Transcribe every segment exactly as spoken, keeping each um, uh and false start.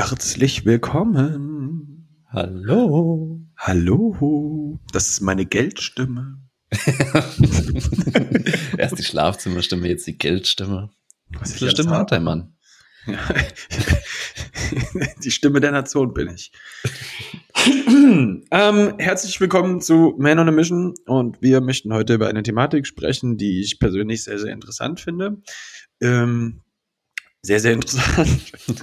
Herzlich willkommen. Hallo. Hallo. Das ist meine Geldstimme. Erst die Schlafzimmerstimme, jetzt die Geldstimme. Was Wie viele Stimmen hat der Mann? Ja. Die Stimme der Nation bin ich. ähm, herzlich willkommen zu Man on a Mission und wir möchten heute über eine Thematik sprechen, die ich persönlich sehr, sehr interessant finde. Ähm, sehr, sehr interessant.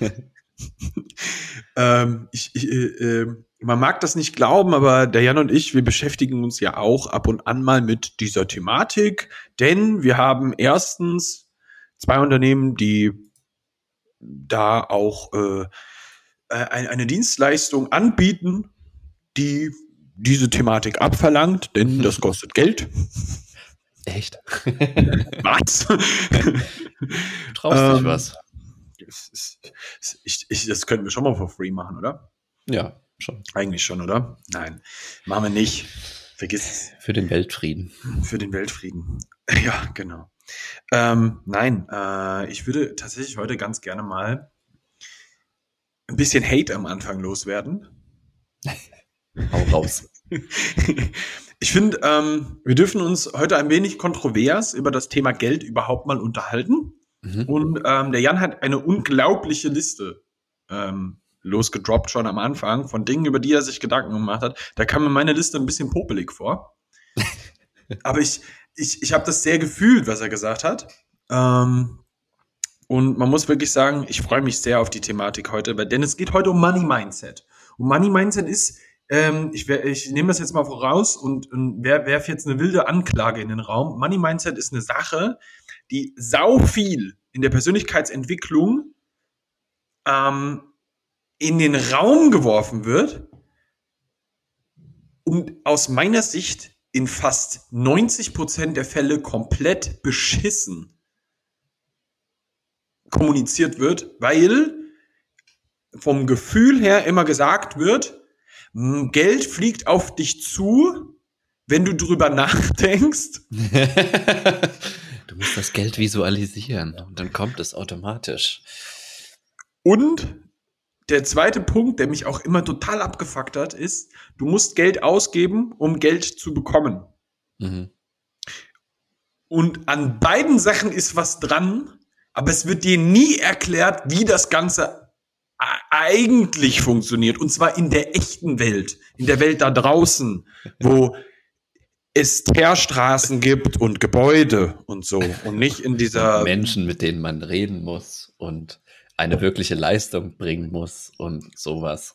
ähm, ich, ich, äh, man mag das nicht glauben, aber der Jan und ich, wir beschäftigen uns ja auch ab und an mal mit dieser Thematik, denn wir haben erstens zwei Unternehmen, die da auch äh, eine Dienstleistung anbieten, die diese Thematik abverlangt, denn das kostet Geld. Echt? Was? Du traust dich ähm, was? Ich, ich, das können wir schon mal for free machen, oder? Ja, schon. Eigentlich schon, oder? Nein, machen wir nicht. Vergiss es. Für den Weltfrieden. Für den Weltfrieden. Ja, genau. Ähm, nein, äh, ich würde tatsächlich heute ganz gerne mal ein bisschen Hate am Anfang loswerden. Hau raus. Ich finde, ähm, wir dürfen uns heute ein wenig kontrovers über das Thema Geld überhaupt mal unterhalten. Mhm. Und ähm, der Jan hat eine unglaubliche Liste ähm, losgedroppt schon am Anfang von Dingen, über die er sich Gedanken gemacht hat. Da kam mir meine Liste ein bisschen popelig vor. Aber ich, ich, ich habe das sehr gefühlt, was er gesagt hat. Ähm, und man muss wirklich sagen, ich freue mich sehr auf die Thematik heute, weil, denn es geht heute um Money Mindset. Und Money Mindset ist, ähm, ich, ich nehme das jetzt mal voraus und, und werfe jetzt eine wilde Anklage in den Raum. Money Mindset ist eine Sache, die sau viel in der Persönlichkeitsentwicklung ähm, in den Raum geworfen wird und aus meiner Sicht in fast neunzig Prozent der Fälle komplett beschissen kommuniziert wird, weil vom Gefühl her immer gesagt wird, Geld fliegt auf dich zu, wenn du drüber nachdenkst. Du musst das Geld visualisieren und dann kommt es automatisch. Und der zweite Punkt, der mich auch immer total abgefuckt hat, ist, du musst Geld ausgeben, um Geld zu bekommen. Mhm. Und an beiden Sachen ist was dran, aber es wird dir nie erklärt, wie das Ganze eigentlich funktioniert. Und zwar in der echten Welt, in der Welt da draußen, wo es Teerstraßen gibt und Gebäude und so. Und nicht in dieser... Menschen, mit denen man reden muss und eine wirkliche Leistung bringen muss und sowas.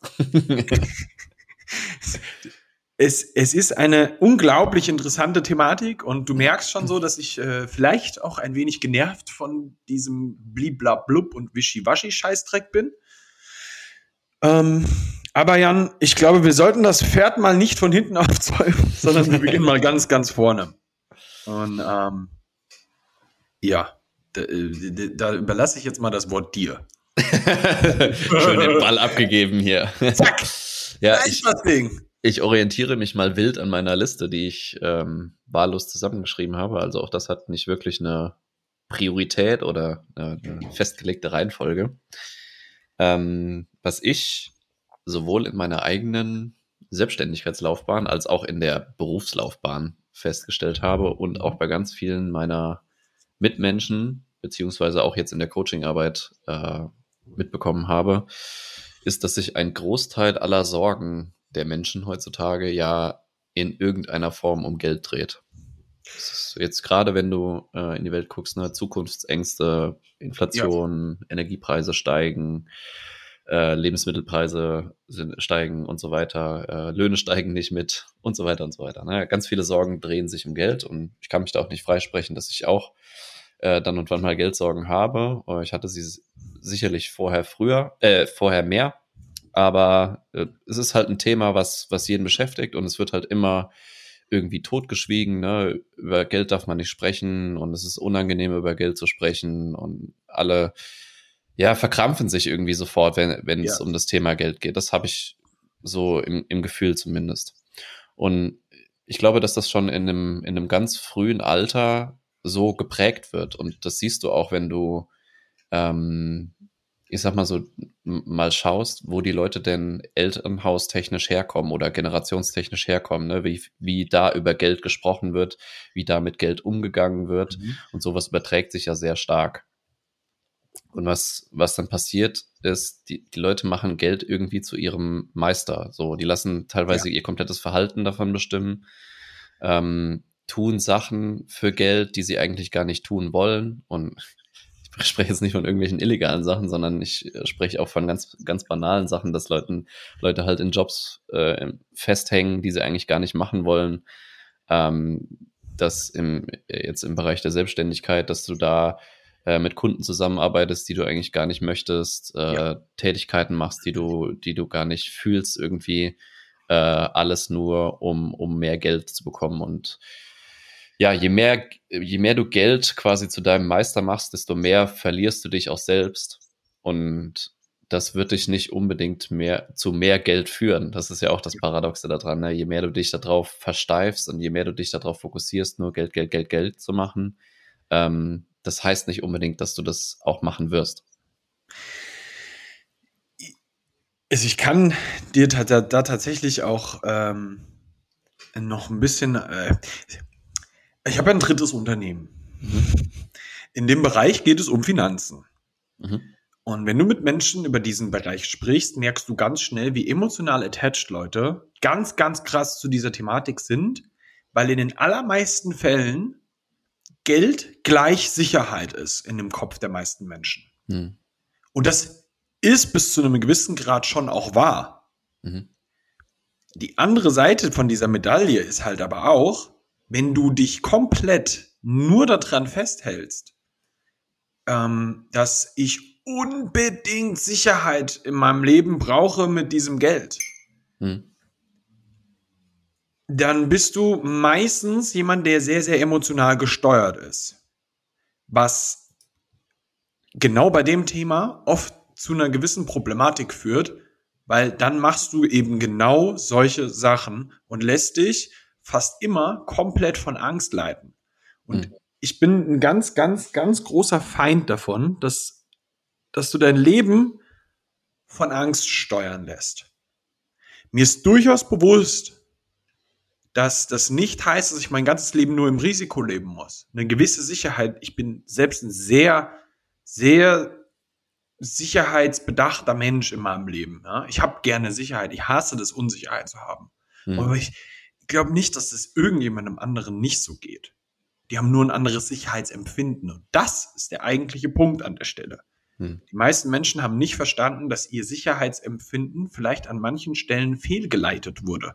Es, es ist eine unglaublich interessante Thematik und du merkst schon so, dass ich äh, vielleicht auch ein wenig genervt von diesem Bliblablub und Wischiwaschi-Scheißdreck bin. Ähm, aber Jan, ich glaube, wir sollten das Pferd mal nicht von hinten aufzäumen, sondern wir beginnen mal ganz, ganz vorne. Und ähm, ja, da, da überlasse ich jetzt mal das Wort dir. Schön den Ball abgegeben hier. Zack! Ja, ich, das Ding. Ich orientiere mich mal wild an meiner Liste, die ich ähm, wahllos zusammengeschrieben habe. Also auch das hat nicht wirklich eine Priorität oder eine, eine festgelegte Reihenfolge. Ähm, was ich sowohl in meiner eigenen Selbstständigkeitslaufbahn als auch in der Berufslaufbahn festgestellt habe und auch bei ganz vielen meiner Mitmenschen, beziehungsweise auch jetzt in der Coachingarbeit äh, mitbekommen habe, ist, dass sich ein Großteil aller Sorgen der Menschen heutzutage ja in irgendeiner Form um Geld dreht. Das ist jetzt gerade, wenn du äh, in die Welt guckst, ne, Zukunftsängste, Inflation, ja. Energiepreise steigen, äh, Lebensmittelpreise sind, steigen und so weiter, äh, Löhne steigen nicht mit und so weiter und so weiter. Ne? Ganz viele Sorgen drehen sich um Geld und ich kann mich da auch nicht freisprechen, dass ich auch äh, dann und wann mal Geldsorgen habe. Ich hatte sie sicherlich vorher früher, äh, vorher mehr. Aber äh, es ist halt ein Thema, was, was jeden beschäftigt und es wird halt immer irgendwie totgeschwiegen, ne? Über Geld darf man nicht sprechen und es ist unangenehm, über Geld zu sprechen und alle, ja, verkrampfen sich irgendwie sofort, wenn, wenn ja. es um das Thema Geld geht. Das habe ich so im, im Gefühl zumindest. Und ich glaube, dass das schon in einem, in einem ganz frühen Alter so geprägt wird und das siehst du auch, wenn du ähm, ich sag mal so, m- mal schaust, wo die Leute denn elternhaustechnisch herkommen oder generationstechnisch herkommen, ne? wie, wie da über Geld gesprochen wird, wie da mit Geld umgegangen wird Mhm. und sowas überträgt sich ja sehr stark. Und was, was dann passiert, ist, die, die Leute machen Geld irgendwie zu ihrem Meister. So, die lassen teilweise Ja. ihr komplettes Verhalten davon bestimmen, ähm, tun Sachen für Geld, die sie eigentlich gar nicht tun wollen. Und ich spreche jetzt nicht von irgendwelchen illegalen Sachen, sondern ich spreche auch von ganz, ganz banalen Sachen, dass Leuten, Leute halt in Jobs äh, festhängen, die sie eigentlich gar nicht machen wollen. Ähm, dass im, jetzt im Bereich der Selbstständigkeit, dass du da äh, mit Kunden zusammenarbeitest, die du eigentlich gar nicht möchtest, äh, Ja. Tätigkeiten machst, die du, die du gar nicht fühlst irgendwie, äh, alles nur, um, um mehr Geld zu bekommen. Und ja, je mehr, je mehr du Geld quasi zu deinem Meister machst, desto mehr verlierst du dich auch selbst. Und das wird dich nicht unbedingt mehr zu mehr Geld führen. Das ist ja auch das Paradoxe daran. Ne? Je mehr du dich darauf versteifst und je mehr du dich darauf fokussierst, nur Geld, Geld, Geld, Geld zu machen, ähm, das heißt nicht unbedingt, dass du das auch machen wirst. Also ich kann dir da, da, da tatsächlich auch ähm, noch ein bisschen. Äh, ich habe ja ein drittes Unternehmen. Mhm. In dem Bereich geht es um Finanzen. Mhm. Und wenn du mit Menschen über diesen Bereich sprichst, merkst du ganz schnell, wie emotional attached Leute ganz, ganz krass zu dieser Thematik sind, weil in den allermeisten Fällen Geld gleich Sicherheit ist in dem Kopf der meisten Menschen. Mhm. Und das ist bis zu einem gewissen Grad schon auch wahr. Mhm. Die andere Seite von dieser Medaille ist halt aber auch, wenn du dich komplett nur daran festhältst, ähm, dass ich unbedingt Sicherheit in meinem Leben brauche mit diesem Geld, Mhm. dann bist du meistens jemand, der sehr, sehr emotional gesteuert ist. Was genau bei dem Thema oft zu einer gewissen Problematik führt, weil dann machst du eben genau solche Sachen und lässt dich fast immer komplett von Angst leiten. Und Mhm. ich bin ein ganz, ganz, ganz großer Feind davon, dass, dass du dein Leben von Angst steuern lässt. Mir ist durchaus bewusst, dass das nicht heißt, dass ich mein ganzes Leben nur im Risiko leben muss. Eine gewisse Sicherheit. Ich bin selbst ein sehr, sehr sicherheitsbedachter Mensch in meinem Leben. Ja? Ich habe gerne Sicherheit. Ich hasse das, Unsicherheit zu haben. Mhm. Aber ich glaube nicht, dass es irgendjemandem anderen nicht so geht. Die haben nur ein anderes Sicherheitsempfinden. Und das ist der eigentliche Punkt an der Stelle. Mhm. Die meisten Menschen haben nicht verstanden, dass ihr Sicherheitsempfinden vielleicht an manchen Stellen fehlgeleitet wurde.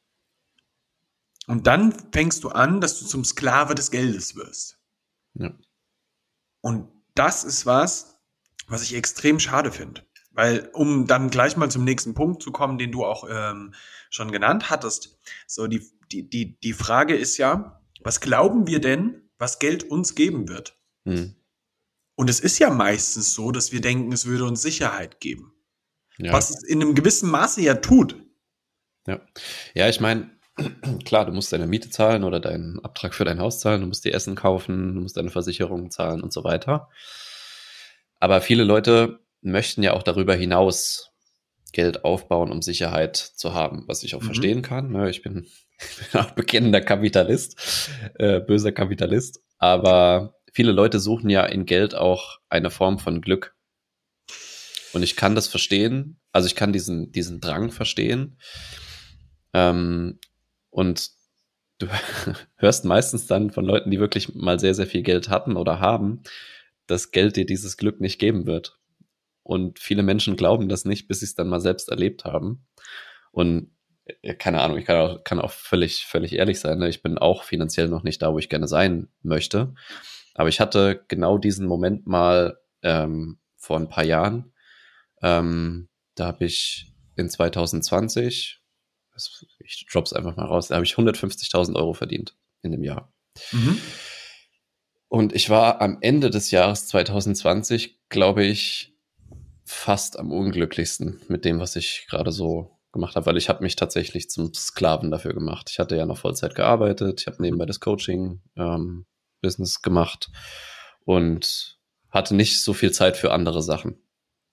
Und dann fängst du an, dass du zum Sklave des Geldes wirst. Ja. Und das ist was, was ich extrem schade finde. Weil, um dann gleich mal zum nächsten Punkt zu kommen, den du auch ähm, schon genannt hattest, so die, die, die, die Frage ist ja, was glauben wir denn, was Geld uns geben wird? Mhm. Und es ist ja meistens so, dass wir denken, es würde uns Sicherheit geben. Ja. Was es in einem gewissen Maße ja tut. Ja, ja, ich meine, klar, du musst deine Miete zahlen oder deinen Abtrag für dein Haus zahlen, du musst dir Essen kaufen, du musst deine Versicherung zahlen und so weiter. Aber viele Leute möchten ja auch darüber hinaus Geld aufbauen, um Sicherheit zu haben, was ich auch Mhm. verstehen kann. Ne? Ich bin, ich bin auch bekennender Kapitalist, äh, böser Kapitalist. Aber viele Leute suchen ja in Geld auch eine Form von Glück. Und ich kann das verstehen. Also ich kann diesen, diesen Drang verstehen. Ähm, und du hörst meistens dann von Leuten, die wirklich mal sehr, sehr viel Geld hatten oder haben, dass Geld dir dieses Glück nicht geben wird. Und viele Menschen glauben das nicht, bis sie es dann mal selbst erlebt haben. Und äh, keine Ahnung, ich kann auch, kann auch völlig, völlig ehrlich sein. Ne? Ich bin auch finanziell noch nicht da, wo ich gerne sein möchte. Aber ich hatte genau diesen Moment mal ähm, vor ein paar Jahren. Ähm, da habe ich in zwanzig zwanzig, ich drop's einfach mal raus, da habe ich hundertfünfzigtausend Euro verdient in dem Jahr. Mhm. Und ich war am Ende des Jahres zwanzig zwanzig, glaube ich, fast am unglücklichsten mit dem, was ich gerade so gemacht habe, weil ich habe mich tatsächlich zum Sklaven dafür gemacht. Ich hatte ja noch Vollzeit gearbeitet, ich habe nebenbei das Coaching-Business ähm, gemacht und hatte nicht so viel Zeit für andere Sachen.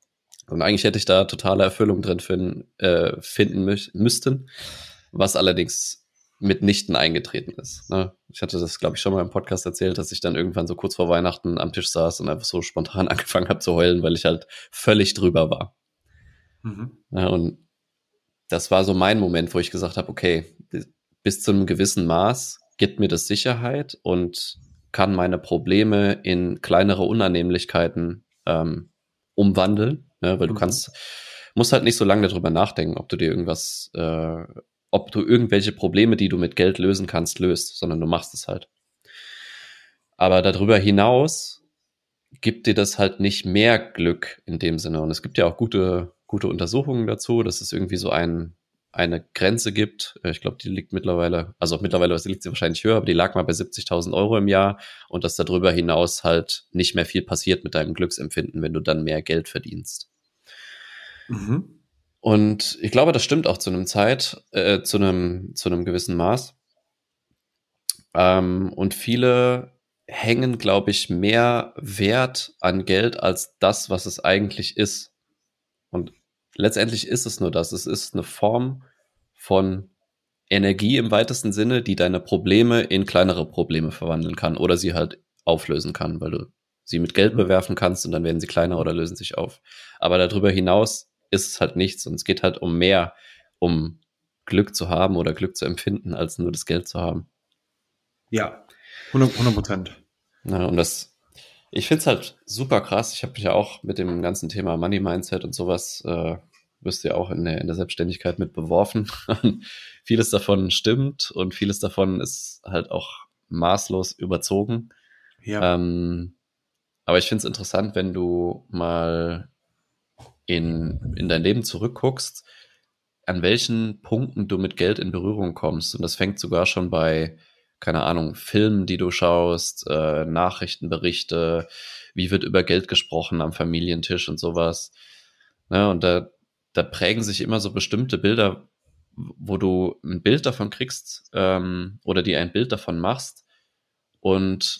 Und eigentlich hätte ich da totale Erfüllung drin finden, äh, finden mü- müssten, was allerdings mitnichten eingetreten ist. Ne? Ich hatte das, glaube ich, schon mal im Podcast erzählt, dass ich dann irgendwann so kurz vor Weihnachten am Tisch saß und einfach so spontan angefangen habe zu heulen, weil ich halt völlig drüber war. Mhm. Ja, und das war so mein Moment, wo ich gesagt habe, okay, bis zu einem gewissen Maß gibt mir das Sicherheit und kann meine Probleme in kleinere Unannehmlichkeiten ähm, umwandeln, ne? Weil du mhm. kannst, musst halt nicht so lange darüber nachdenken, ob du dir irgendwas, äh, ob du irgendwelche Probleme, die du mit Geld lösen kannst, löst, sondern du machst es halt. Aber darüber hinaus gibt dir das halt nicht mehr Glück in dem Sinne. Und es gibt ja auch gute, gute Untersuchungen dazu, dass es irgendwie so ein, eine Grenze gibt. Ich glaube, die liegt mittlerweile, also mittlerweile liegt sie wahrscheinlich höher, aber die lag mal bei siebzigtausend Euro im Jahr und dass darüber hinaus halt nicht mehr viel passiert mit deinem Glücksempfinden, wenn du dann mehr Geld verdienst. Mhm. Und ich glaube, das stimmt auch zu einem Zeit, äh, zu einem, zu einem gewissen Maß. Ähm, und viele hängen, glaube ich, mehr Wert an Geld als das, was es eigentlich ist. Und letztendlich ist es nur das. Es ist eine Form von Energie im weitesten Sinne, die deine Probleme in kleinere Probleme verwandeln kann oder sie halt auflösen kann, weil du sie mit Geld bewerfen kannst und dann werden sie kleiner oder lösen sich auf. Aber darüber hinaus ist es halt nichts und es geht halt um mehr, um Glück zu haben oder Glück zu empfinden, als nur das Geld zu haben. Ja, hundert Prozent. Ja, und das, ich finde es halt super krass. Ich habe mich ja auch mit dem ganzen Thema Money Mindset und sowas, äh, wirst du ja auch in der, in der Selbstständigkeit mit beworfen. Vieles davon stimmt und vieles davon ist halt auch maßlos überzogen. Ja. Ähm, aber ich finde es interessant, wenn du mal in, in dein Leben zurückguckst, an welchen Punkten du mit Geld in Berührung kommst. Und das fängt sogar schon bei, keine Ahnung, Filmen, die du schaust, äh, Nachrichtenberichte, wie wird über Geld gesprochen am Familientisch und sowas. Ne, und da, da prägen sich immer so bestimmte Bilder, wo du ein Bild davon kriegst ähm, oder dir ein Bild davon machst und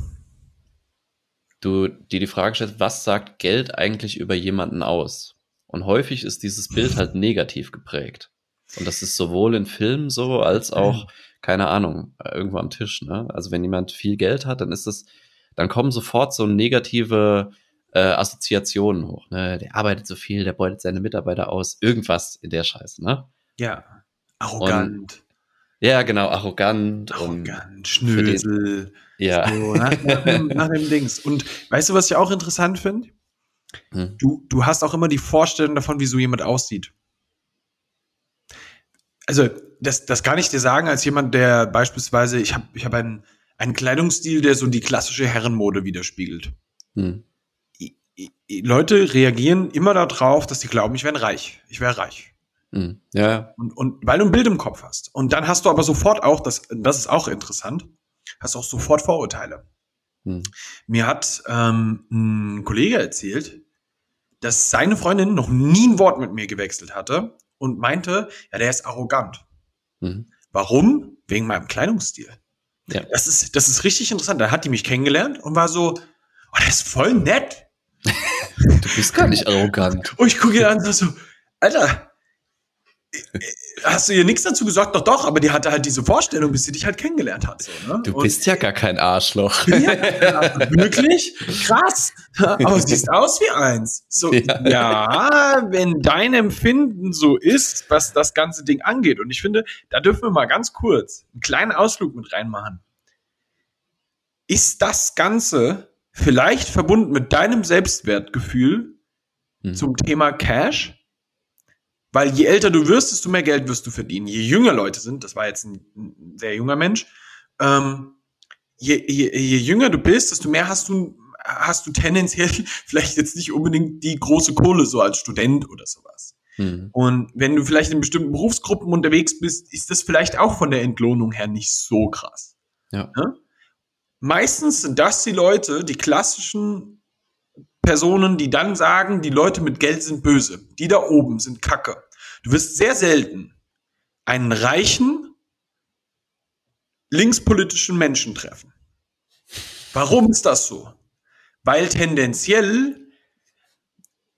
du dir die Frage stellst, was sagt Geld eigentlich über jemanden aus? Und häufig ist dieses Bild halt negativ geprägt. Und das ist sowohl in Filmen so, als auch, keine Ahnung, irgendwo am Tisch, ne? Also wenn jemand viel Geld hat, dann ist es, dann kommen sofort so negative äh, Assoziationen hoch, ne? Der arbeitet so viel, der beutet seine Mitarbeiter aus, irgendwas in der Scheiße, ne? Ja, arrogant. Und, ja, genau, arrogant. Arrogant, und Schnösel. Den, ja. So, nach, nach, dem, nach dem Dings. Und weißt du, was ich auch interessant finde? Hm. Du, du hast auch immer die Vorstellung davon, wie so jemand aussieht. Also, das, das kann ich dir sagen, als jemand, der beispielsweise, ich habe ich hab einen, einen Kleidungsstil, der so die klassische Herrenmode widerspiegelt. Hm. I, I, Leute reagieren immer darauf, dass sie glauben, ich wäre reich. Ich wäre reich. Hm. Ja. Und, und weil du ein Bild im Kopf hast. Und dann hast du aber sofort auch, das, das ist auch interessant, hast auch sofort Vorurteile. Hm. Mir hat ähm, ein Kollege erzählt, dass seine Freundin noch nie ein Wort mit mir gewechselt hatte und meinte, ja, der ist arrogant. Mhm. Warum? Wegen meinem Kleidungsstil. Ja. Das ist, das ist richtig interessant. Da hat die mich kennengelernt und war so, oh, der ist voll nett. Du bist gar nicht arrogant. Und ich gucke ihn an und so, Alter, hast du ihr nichts dazu gesagt? Doch, doch, aber die hatte halt diese Vorstellung, bis sie dich halt kennengelernt hat. So, ne? Du bist und, ja gar kein Arschloch. Ja, ja, wirklich? Krass. Aber siehst aus wie eins. So, ja. ja, wenn dein Empfinden so ist, was das ganze Ding angeht. Und ich finde, da dürfen wir mal ganz kurz einen kleinen Ausflug mit reinmachen. Ist das Ganze vielleicht verbunden mit deinem Selbstwertgefühl hm. zum Thema Cash? Weil je älter du wirst, desto mehr Geld wirst du verdienen. Je jünger Leute sind, das war jetzt ein, ein sehr junger Mensch, ähm, je, je, je jünger du bist, desto mehr hast du, hast du tendenziell vielleicht jetzt nicht unbedingt die große Kohle so als Student oder sowas. Mhm. Und wenn du vielleicht in bestimmten Berufsgruppen unterwegs bist, ist das vielleicht auch von der Entlohnung her nicht so krass. Ja. Ja? Meistens sind das die Leute, die klassischen Personen, die dann sagen, die Leute mit Geld sind böse. Die da oben sind Kacke. Du wirst sehr selten einen reichen, linkspolitischen Menschen treffen. Warum ist das so? Weil tendenziell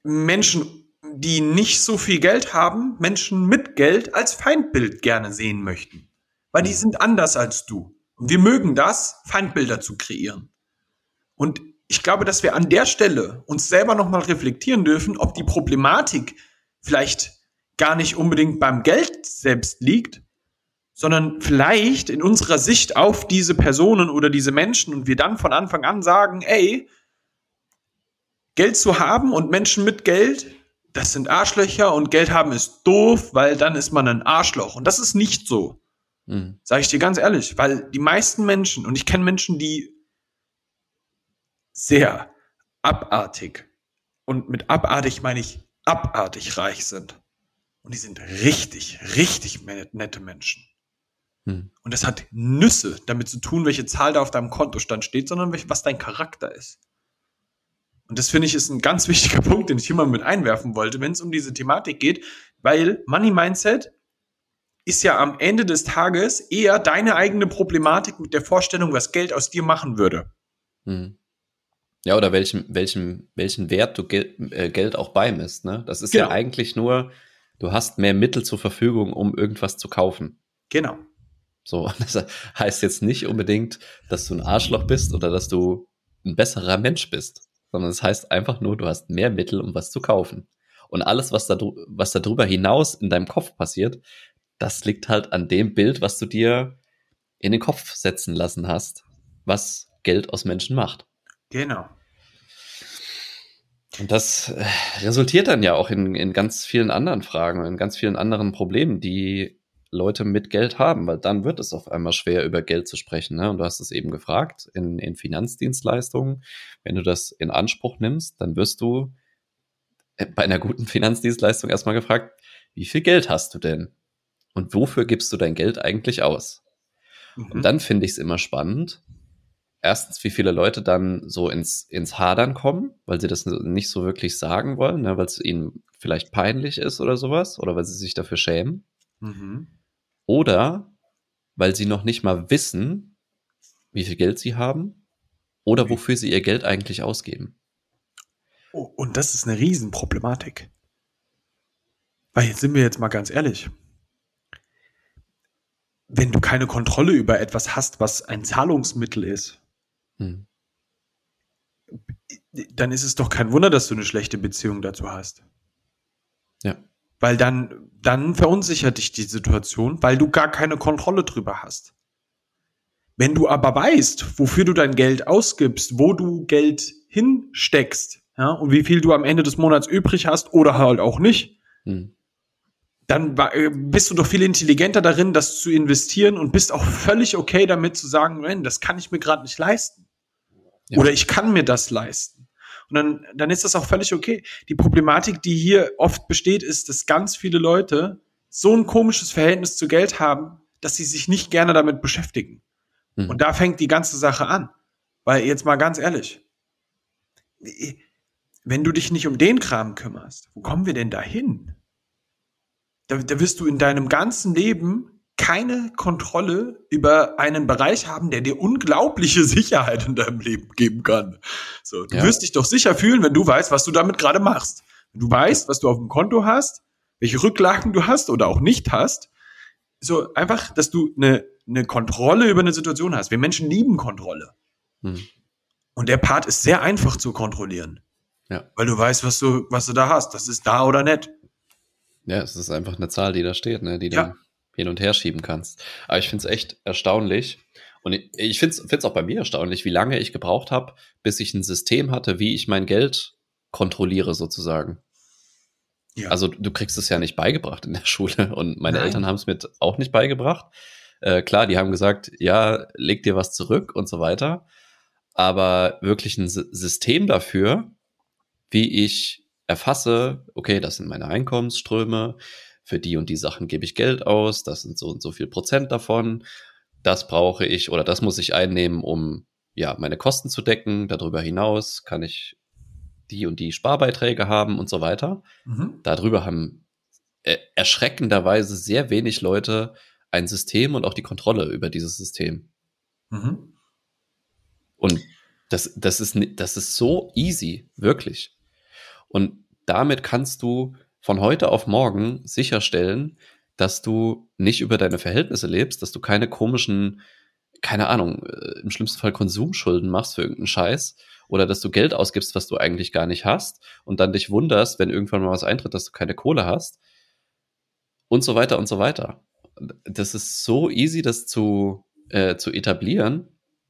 Menschen, die nicht so viel Geld haben, Menschen mit Geld als Feindbild gerne sehen möchten. Weil die sind anders als du. Und wir mögen das, Feindbilder zu kreieren. Und ich glaube, dass wir an der Stelle uns selber nochmal reflektieren dürfen, ob die Problematik vielleicht gar nicht unbedingt beim Geld selbst liegt, sondern vielleicht in unserer Sicht auf diese Personen oder diese Menschen und wir dann von Anfang an sagen, ey, Geld zu haben und Menschen mit Geld, das sind Arschlöcher und Geld haben ist doof, weil dann ist man ein Arschloch. Und das ist nicht so. Mhm. Sage ich dir ganz ehrlich, weil die meisten Menschen, und ich kenne Menschen, die sehr abartig, und mit abartig meine ich abartig reich sind. Und die sind richtig, richtig nette Menschen. Hm. Und das hat Nüsse damit zu tun, welche Zahl da auf deinem Kontostand steht, sondern was dein Charakter ist. Und das finde ich ist ein ganz wichtiger Punkt, den ich hier mal mit einwerfen wollte, wenn es um diese Thematik geht, weil Money Mindset ist ja am Ende des Tages eher deine eigene Problematik mit der Vorstellung, was Geld aus dir machen würde. Hm. Ja, oder welchen, welchen, welchen Wert du Geld, äh, Geld auch beimisst, ne? Das ist genau. Ja eigentlich nur, du hast mehr Mittel zur Verfügung, um irgendwas zu kaufen. Genau. So, das heißt jetzt nicht unbedingt, dass du ein Arschloch bist oder dass du ein besserer Mensch bist, sondern es das heißt einfach nur, du hast mehr Mittel, um was zu kaufen. Und alles, was da, was da drüber hinaus in deinem Kopf passiert, das liegt halt an dem Bild, was du dir in den Kopf setzen lassen hast, was Geld aus Menschen macht. Genau. Und das resultiert dann ja auch in, in ganz vielen anderen Fragen, in ganz vielen anderen Problemen, die Leute mit Geld haben, weil dann wird es auf einmal schwer, über Geld zu sprechen. Ne? Und du hast es eben gefragt, in, in Finanzdienstleistungen, wenn du das in Anspruch nimmst, dann wirst du bei einer guten Finanzdienstleistung erstmal gefragt, wie viel Geld hast du denn? Und wofür gibst du dein Geld eigentlich aus? Mhm. Und dann finde ich es immer spannend, erstens, wie viele Leute dann so ins, ins Hadern kommen, weil sie das nicht so wirklich sagen wollen, ne, weil es ihnen vielleicht peinlich ist oder sowas, oder weil sie sich dafür schämen. Mhm. Oder weil sie noch nicht mal wissen, wie viel Geld sie haben oder wofür sie ihr Geld eigentlich ausgeben. Oh, und das ist eine Riesenproblematik. Weil jetzt sind wir jetzt mal ganz ehrlich. Wenn du keine Kontrolle über etwas hast, was ein Zahlungsmittel ist, hm. dann ist es doch kein Wunder, dass du eine schlechte Beziehung dazu hast. Ja. Weil dann, dann verunsichert dich die Situation, weil du gar keine Kontrolle drüber hast. Wenn du aber weißt, wofür du dein Geld ausgibst, wo du Geld hinsteckst, ja, und wie viel du am Ende des Monats übrig hast oder halt auch nicht, hm. dann bist du doch viel intelligenter darin, das zu investieren und bist auch völlig okay damit zu sagen, nein, das kann ich mir gerade nicht leisten. Ja. Oder ich kann mir das leisten. Und dann, dann ist das auch völlig okay. Die Problematik, die hier oft besteht, ist, dass ganz viele Leute so ein komisches Verhältnis zu Geld haben, dass sie sich nicht gerne damit beschäftigen. Mhm. Und da fängt die ganze Sache an. Weil jetzt mal ganz ehrlich, wenn du dich nicht um den Kram kümmerst, wo kommen wir denn da hin? Da, da wirst du in deinem ganzen Leben keine Kontrolle über einen Bereich haben, der dir unglaubliche Sicherheit in deinem Leben geben kann. So, du ja. wirst dich doch sicher fühlen, wenn du weißt, was du damit gerade machst. Wenn du weißt, was du auf dem Konto hast, welche Rücklagen du hast oder auch nicht hast. So einfach, dass du eine, eine Kontrolle über eine Situation hast. Wir Menschen lieben Kontrolle. Hm. Und der Part ist sehr einfach zu kontrollieren. Ja. Weil du weißt, was du, was du da hast. Das ist da oder nicht. Ja, es ist einfach eine Zahl, die da steht, ne, die ja. du hin und her schieben kannst. Aber ich finde es echt erstaunlich. Und ich, ich finde es auch bei mir erstaunlich, wie lange ich gebraucht habe, bis ich ein System hatte, wie ich mein Geld kontrolliere sozusagen. Ja. Also du kriegst es ja nicht beigebracht in der Schule und meine Nein. Eltern haben es mir auch nicht beigebracht. Äh, klar, die haben gesagt, ja, leg dir was zurück und so weiter. Aber wirklich ein S- System dafür, wie ich erfasse, okay, das sind meine Einkommensströme, für die und die Sachen gebe ich Geld aus, das sind so und so viel Prozent davon, das brauche ich oder das muss ich einnehmen, um ja meine Kosten zu decken. Darüber hinaus kann ich die und die Sparbeiträge haben und so weiter. Mhm. Darüber haben äh, erschreckenderweise sehr wenig Leute ein System und auch die Kontrolle über dieses System. Mhm. Und das, das ist, das ist so easy, wirklich. Und damit kannst du von heute auf morgen sicherstellen, dass du nicht über deine Verhältnisse lebst, dass du keine komischen, keine Ahnung, im schlimmsten Fall Konsumschulden machst für irgendeinen Scheiß oder dass du Geld ausgibst, was du eigentlich gar nicht hast und dann dich wunderst, wenn irgendwann mal was eintritt, dass du keine Kohle hast und so weiter und so weiter. Das ist so easy, das zu, äh, zu etablieren.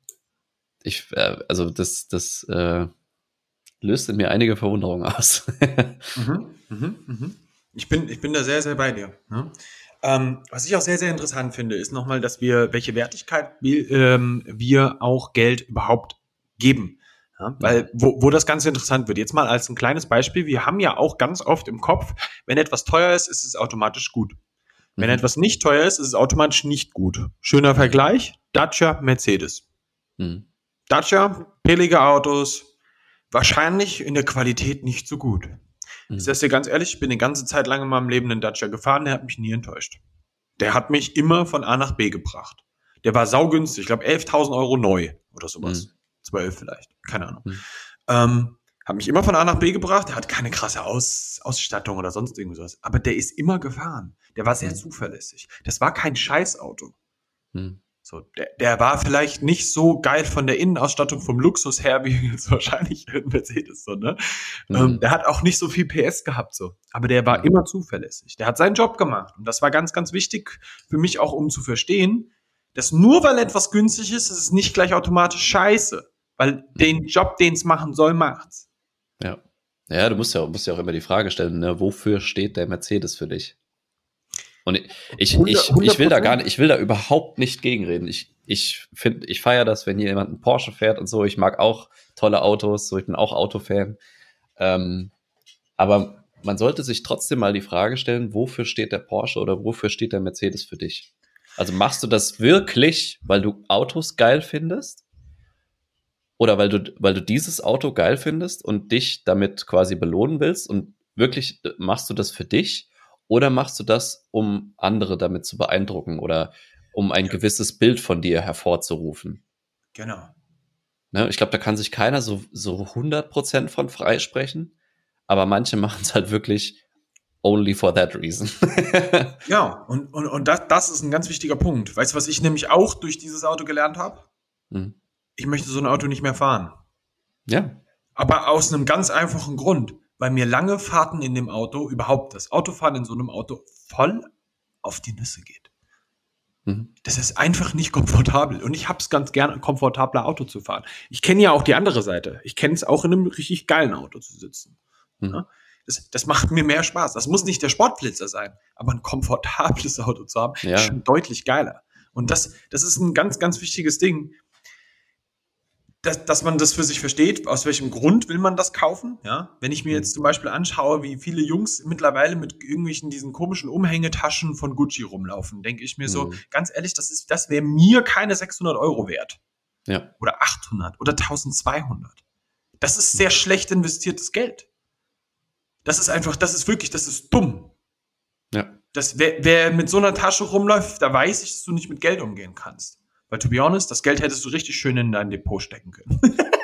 Ich, äh, also das, das äh, löst in mir einige Verwunderung aus. mhm, mhm, mhm. Ich bin, ich bin da sehr, sehr bei dir. Ne? Ähm, was ich auch sehr, sehr interessant finde, ist nochmal, dass wir, welche Wertigkeit wir, ähm, wir auch Geld überhaupt geben. Ja? Weil, wo, wo das Ganze interessant wird. Jetzt mal als ein kleines Beispiel. Wir haben ja auch ganz oft im Kopf, wenn etwas teuer ist, ist es automatisch gut. Wenn mhm. etwas nicht teuer ist, ist es automatisch nicht gut. Schöner Vergleich, Dacia, Mercedes. Mhm. Dacia, billige Autos, wahrscheinlich in der Qualität nicht so gut. Mhm. Ich sage dir ganz ehrlich, ich bin die ganze Zeit lang in meinem Leben einen Dacia gefahren, der hat mich nie enttäuscht. Der hat mich immer von A nach B gebracht. Der war saugünstig, ich glaube elftausend Euro neu oder sowas. Mhm. zwölf vielleicht, keine Ahnung. Mhm. Ähm, hat mich immer von A nach B gebracht, der hat keine krasse Aus, Ausstattung oder sonst irgendwas. Aber der ist immer gefahren. Der war sehr mhm. zuverlässig. Das war kein Scheißauto. Mhm. So, der, der war vielleicht nicht so geil von der Innenausstattung, vom Luxus her, wie jetzt wahrscheinlich ein Mercedes, so, ne? Mhm. Ähm, der hat auch nicht so viel P S gehabt, so. Aber der war mhm. immer zuverlässig. Der hat seinen Job gemacht. Und das war ganz, ganz wichtig für mich auch, um zu verstehen, dass nur weil etwas günstig ist, ist es nicht gleich automatisch scheiße. Weil mhm. den Job, den es machen soll, macht's. Ja. Ja, du musst ja, musst ja auch immer die Frage stellen, ne, wofür steht der Mercedes für dich? Und ich, ich, ich, ich will da gar nicht, ich will da überhaupt nicht gegenreden. Ich, ich finde, ich feiere das, wenn jemand einen Porsche fährt und so. Ich mag auch tolle Autos, so ich bin auch Autofan. Ähm, aber man sollte sich trotzdem mal die Frage stellen, wofür steht der Porsche oder wofür steht der Mercedes für dich? Also machst du das wirklich, weil du Autos geil findest? Oder weil du, weil du dieses Auto geil findest und dich damit quasi belohnen willst und wirklich machst du das für dich? Oder machst du das, um andere damit zu beeindrucken oder um ein ja. gewisses Bild von dir hervorzurufen? Genau. Ne, ich glaube, da kann sich keiner so, so hundert Prozent von freisprechen, aber manche machen es halt wirklich only for that reason. Ja, und, und, und das, das ist ein ganz wichtiger Punkt. Weißt du, was ich nämlich auch durch dieses Auto gelernt habe? Hm. Ich möchte so ein Auto nicht mehr fahren. Ja. Aber aus einem ganz einfachen Grund. Weil mir lange Fahrten in dem Auto, überhaupt das Autofahren in so einem Auto, voll auf die Nüsse geht. Mhm. Das ist einfach nicht komfortabel. Und ich hab's ganz gern, ein komfortabler Auto zu fahren. Ich kenne ja auch die andere Seite. Ich kenne es auch in einem richtig geilen Auto zu sitzen. Mhm. Ja? Das, das macht mir mehr Spaß. Das muss nicht der Sportflitzer sein, aber ein komfortables Auto zu haben, ja. ist schon deutlich geiler. Und das, das ist ein ganz, ganz wichtiges Ding. Dass, dass man das für sich versteht, aus welchem Grund will man das kaufen, ja? Wenn ich mir jetzt zum Beispiel anschaue, wie viele Jungs mittlerweile mit irgendwelchen diesen komischen Umhängetaschen von Gucci rumlaufen, denke ich mir mhm. so, ganz ehrlich, das ist, das wäre mir keine sechshundert Euro wert. Ja. Oder achthundert oder eintausendzweihundert. Das ist sehr schlecht investiertes Geld. Das ist einfach, das ist wirklich, das ist dumm. Ja. Das, wer, wer mit so einer Tasche rumläuft, da weiß ich, dass du nicht mit Geld umgehen kannst. Weil, to be honest, das Geld hättest du richtig schön in dein Depot stecken können.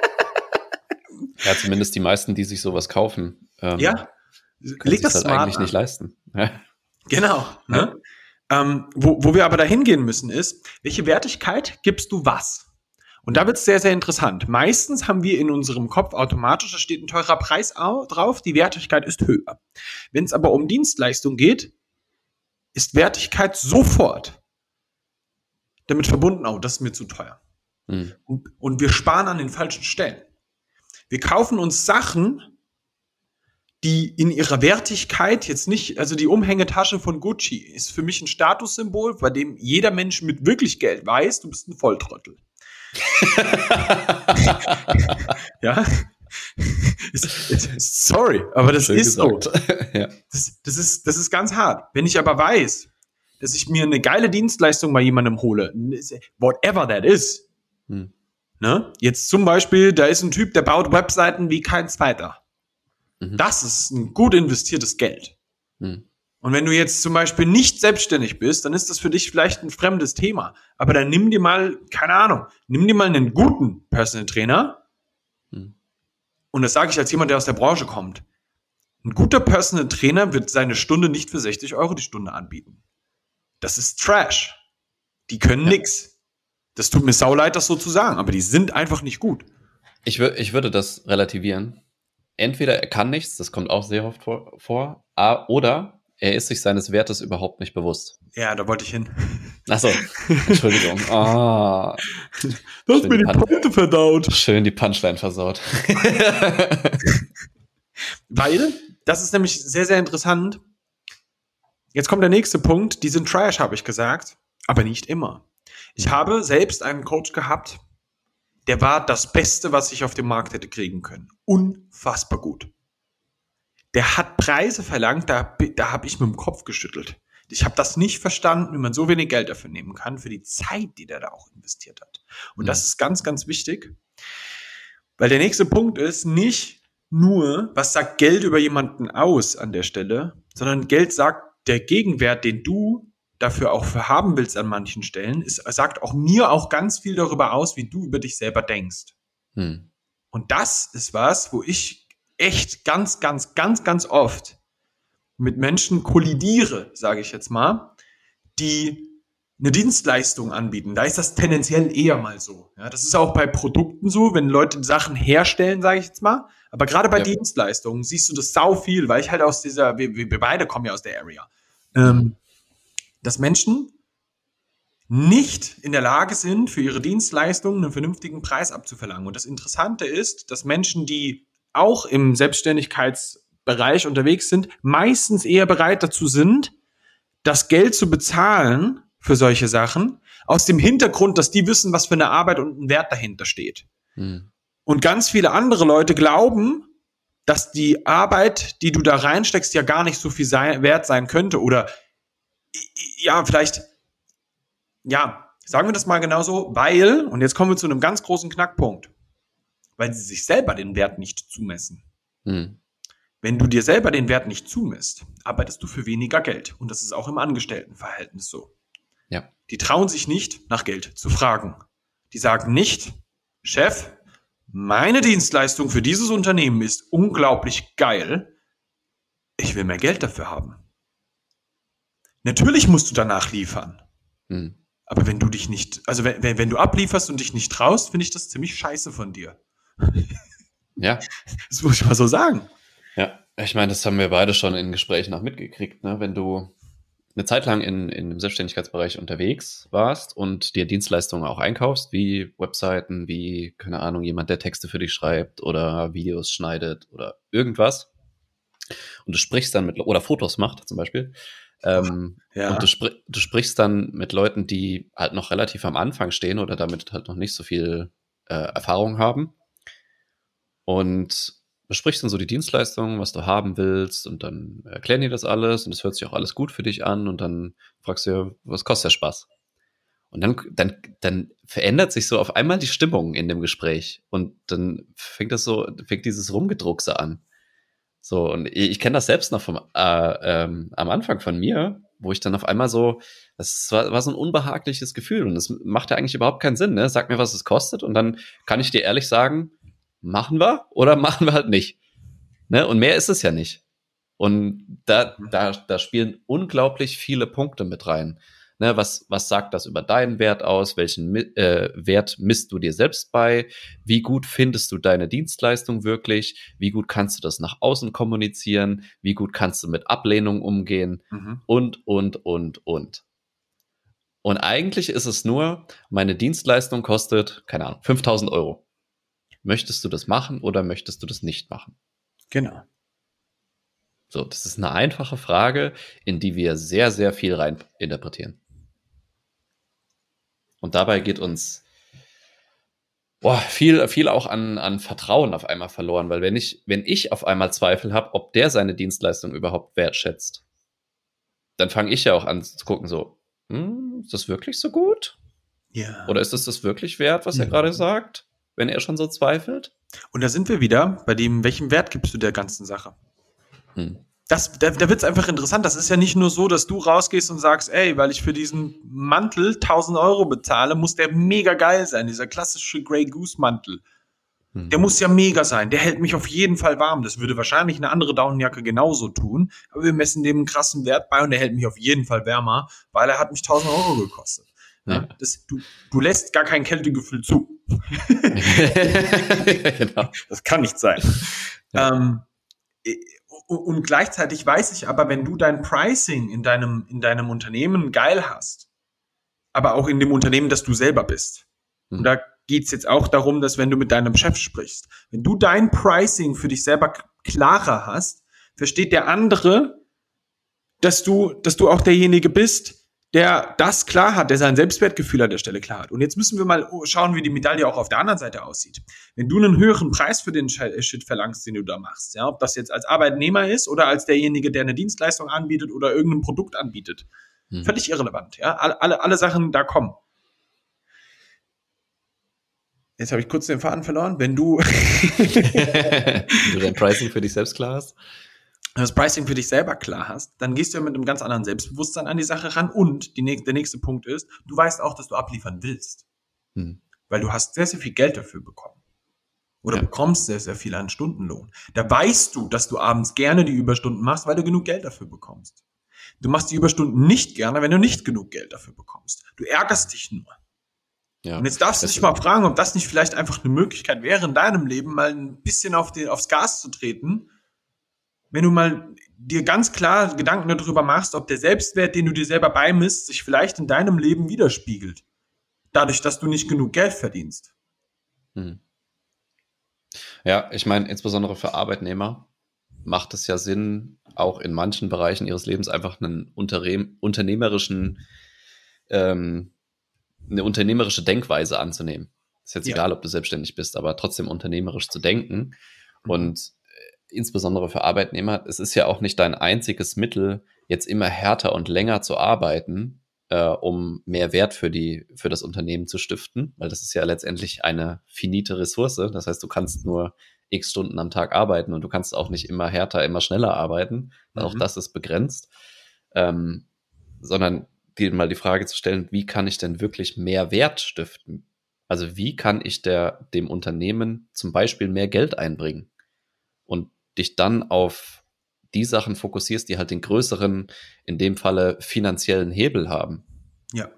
Ja, zumindest die meisten, die sich sowas kaufen, ähm, ja, können das halt eigentlich an. nicht leisten. Ja. Genau. Ne? Ja. Ähm, wo, wo wir aber dahin gehen müssen ist, welche Wertigkeit gibst du was? Und da wird es sehr, sehr interessant. Meistens haben wir in unserem Kopf automatisch, da steht ein teurer Preis drauf, die Wertigkeit ist höher. Wenn es aber um Dienstleistung geht, ist Wertigkeit sofort damit verbunden, oh, das ist mir zu teuer. Mhm. Und, und wir sparen an den falschen Stellen. Wir kaufen uns Sachen, die in ihrer Wertigkeit jetzt nicht, also die Umhängetasche von Gucci ist für mich ein Statussymbol, bei dem jeder Mensch mit wirklich Geld weiß, du bist ein Volltrottel. Ja. Sorry, aber das Schön ist gesagt. so. Ja. Das, das, ist, das ist ganz hart. Wenn ich aber weiß, dass ich mir eine geile Dienstleistung bei jemandem hole, whatever that is. Hm. Ne? Jetzt zum Beispiel, da ist ein Typ, der baut Webseiten wie kein zweiter. Mhm. Das ist ein gut investiertes Geld. Hm. Und wenn du jetzt zum Beispiel nicht selbstständig bist, dann ist das für dich vielleicht ein fremdes Thema. Aber dann nimm dir mal, keine Ahnung, nimm dir mal einen guten Personal Trainer. Hm. Und das sage ich als jemand, der aus der Branche kommt. Ein guter Personal Trainer wird seine Stunde nicht für sechzig Euro die Stunde anbieten. Das ist Trash. Die können ja. nix. Das tut mir sauleid, das so zu sagen, aber die sind einfach nicht gut. Ich, wür- ich würde das relativieren. Entweder er kann nichts, das kommt auch sehr oft vor, vor, oder er ist sich seines Wertes überhaupt nicht bewusst. Ja, da wollte ich hin. Achso, Entschuldigung. Oh. Du hast mir die Pun- Pointe verdaut. Schön die Punchline versaut. Weil, das ist nämlich sehr, sehr interessant. Jetzt kommt der nächste Punkt. Die sind Trash, habe ich gesagt, aber nicht immer. Ich habe selbst einen Coach gehabt, der war das Beste, was ich auf dem Markt hätte kriegen können. Unfassbar gut. Der hat Preise verlangt, da, da habe ich mit dem Kopf geschüttelt. Ich habe das nicht verstanden, wie man so wenig Geld dafür nehmen kann, für die Zeit, die der da auch investiert hat. Und mhm. das ist ganz, ganz wichtig, weil der nächste Punkt ist nicht nur, was sagt Geld über jemanden aus an der Stelle, sondern Geld sagt, der Gegenwert, den du dafür auch für haben willst an manchen Stellen, ist, sagt auch mir auch ganz viel darüber aus, wie du über dich selber denkst. Hm. Und das ist was, wo ich echt ganz, ganz, ganz, ganz oft mit Menschen kollidiere, sage ich jetzt mal, die eine Dienstleistung anbieten. Da ist das tendenziell eher mal so. Ja, das ist auch bei Produkten so, wenn Leute Sachen herstellen, sage ich jetzt mal. Aber gerade bei ja. Dienstleistungen siehst du das sau viel, weil ich halt aus dieser, wir, wir beide kommen ja aus der Area, ähm, dass Menschen nicht in der Lage sind, für ihre Dienstleistungen einen vernünftigen Preis abzuverlangen. Und das Interessante ist, dass Menschen, die auch im Selbstständigkeitsbereich unterwegs sind, meistens eher bereit dazu sind, das Geld zu bezahlen für solche Sachen, aus dem Hintergrund, dass die wissen, was für eine Arbeit und ein Wert dahinter steht. Hm. Und ganz viele andere Leute glauben, dass die Arbeit, die du da reinsteckst, ja gar nicht so viel sein, wert sein könnte. Oder ja, vielleicht, ja, sagen wir das mal genauso, weil, und jetzt kommen wir zu einem ganz großen Knackpunkt, weil sie sich selber den Wert nicht zumessen. Hm. Wenn du dir selber den Wert nicht zumisst, arbeitest du für weniger Geld. Und das ist auch im Angestelltenverhältnis so. Ja. Die trauen sich nicht, nach Geld zu fragen. Die sagen nicht, Chef, meine Dienstleistung für dieses Unternehmen ist unglaublich geil. Ich will mehr Geld dafür haben. Natürlich musst du danach liefern. Hm. Aber wenn du dich nicht, also wenn, wenn, wenn du ablieferst und dich nicht traust, finde ich das ziemlich scheiße von dir. Ja. Das muss ich mal so sagen. Ja, ich meine, das haben wir beide schon in Gesprächen auch mitgekriegt, ne? Wenn du eine Zeit lang in, in dem Selbstständigkeitsbereich unterwegs warst und dir Dienstleistungen auch einkaufst, wie Webseiten, wie, keine Ahnung, jemand, der Texte für dich schreibt oder Videos schneidet oder irgendwas und du sprichst dann mit, oder Fotos macht zum Beispiel, ähm, ja. und du, spr- du sprichst dann mit Leuten, die halt noch relativ am Anfang stehen oder damit halt noch nicht so viel äh, Erfahrung haben und besprichst dann so die Dienstleistung, was du haben willst und dann erklären die das alles und es hört sich auch alles gut für dich an und dann fragst du ja, was kostet der Spaß? Und dann, dann, dann verändert sich so auf einmal die Stimmung in dem Gespräch und dann fängt das so, fängt dieses Rumgedruckse an. So, und ich, ich kenne das selbst noch vom, äh, ähm, am Anfang von mir, wo ich dann auf einmal so, das war, war so ein unbehagliches Gefühl und das macht ja eigentlich überhaupt keinen Sinn, ne? Sag mir, was es kostet und dann kann ich dir ehrlich sagen, machen wir oder machen wir halt nicht. Ne? Und mehr ist es ja nicht. Und da, da, da spielen unglaublich viele Punkte mit rein. Ne? Was, was sagt das über deinen Wert aus? Welchen äh, Wert misst du dir selbst bei? Wie gut findest du deine Dienstleistung wirklich? Wie gut kannst du das nach außen kommunizieren? Wie gut kannst du mit Ablehnung umgehen? Mhm. Und, und, und, und. Und eigentlich ist es nur, meine Dienstleistung kostet, keine Ahnung, fünftausend Euro. Möchtest du das machen oder möchtest du das nicht machen? Genau. So, das ist eine einfache Frage, in die wir sehr, sehr viel rein interpretieren. Und dabei geht uns boah, viel, viel auch an, an Vertrauen auf einmal verloren, weil wenn ich, wenn ich auf einmal Zweifel habe, ob der seine Dienstleistung überhaupt wertschätzt, dann fange ich ja auch an zu gucken, so, hm, ist das wirklich so gut? Ja. Oder ist es das wirklich wert, was ja. er gerade sagt? Wenn er schon so zweifelt. Und da sind wir wieder bei dem, welchen Wert gibst du der ganzen Sache? Hm. Das, da da wird es einfach interessant. Das ist ja nicht nur so, dass du rausgehst und sagst, ey, weil ich für diesen Mantel tausend Euro bezahle, muss der mega geil sein, dieser klassische Grey Goose Mantel. Der muss ja mega sein. Der hält mich auf jeden Fall warm. Das würde wahrscheinlich eine andere Daunenjacke genauso tun. Aber wir messen dem einen krassen Wert bei und der hält mich auf jeden Fall wärmer, weil er hat mich tausend Euro gekostet. Ja. Das, du, du lässt gar kein Kältegefühl zu. Genau. Das kann nicht sein. Ja. Ähm, und gleichzeitig weiß ich aber, wenn du dein Pricing in deinem, in deinem Unternehmen geil hast, aber auch in dem Unternehmen, das du selber bist, hm. und da geht es jetzt auch darum, dass wenn du mit deinem Chef sprichst, wenn du dein Pricing für dich selber klarer hast, versteht der andere, dass du, dass du auch derjenige bist, der das klar hat, der sein Selbstwertgefühl an der Stelle klar hat. Und jetzt müssen wir mal schauen, wie die Medaille auch auf der anderen Seite aussieht. Wenn du einen höheren Preis für den Shit verlangst, den du da machst, ja, ob das jetzt als Arbeitnehmer ist oder als derjenige, der eine Dienstleistung anbietet oder irgendein Produkt anbietet, hm. völlig irrelevant. Ja, alle, alle, alle Sachen da kommen. Jetzt habe ich kurz den Faden verloren. Wenn du Wenn du dein Pricing für dich selbst klar hast, das Pricing für dich selber klar hast, dann gehst du ja mit einem ganz anderen Selbstbewusstsein an die Sache ran. Und die, der nächste Punkt ist, du weißt auch, dass du abliefern willst. Hm. Weil du hast sehr, sehr viel Geld dafür bekommen. Oder ja. bekommst sehr, sehr viel an Stundenlohn. Da weißt du, dass du abends gerne die Überstunden machst, weil du genug Geld dafür bekommst. Du machst die Überstunden nicht gerne, wenn du nicht genug Geld dafür bekommst. Du ärgerst dich nur. Ja, und jetzt darfst du dich mal fragen, ob das nicht vielleicht einfach eine Möglichkeit wäre, in deinem Leben mal ein bisschen auf den, aufs Gas zu treten, wenn du mal dir ganz klar Gedanken darüber machst, ob der Selbstwert, den du dir selber beimisst, sich vielleicht in deinem Leben widerspiegelt. Dadurch, dass du nicht genug Geld verdienst. Hm. Ja, ich meine, insbesondere für Arbeitnehmer macht es ja Sinn, auch in manchen Bereichen ihres Lebens einfach einen Unternehm- unternehmerischen ähm, eine unternehmerische Denkweise anzunehmen. Ist jetzt ja. egal, ob du selbstständig bist, aber trotzdem unternehmerisch zu denken. Mhm. Und äh, insbesondere für Arbeitnehmer, es ist ja auch nicht dein einziges Mittel, jetzt immer härter und länger zu arbeiten, äh, um mehr Wert für die, für das Unternehmen zu stiften, weil das ist ja letztendlich eine finite Ressource. Das heißt, du kannst nur x Stunden am Tag arbeiten und du kannst auch nicht immer härter, immer schneller arbeiten. Mhm. Auch das ist begrenzt. Ähm, sondern dir mal die Frage zu stellen, wie kann ich denn wirklich mehr Wert stiften? Also wie kann ich der, dem Unternehmen zum Beispiel mehr Geld einbringen? Und dich dann auf die Sachen fokussierst, die halt den größeren, in dem Falle finanziellen Hebel haben. Ja.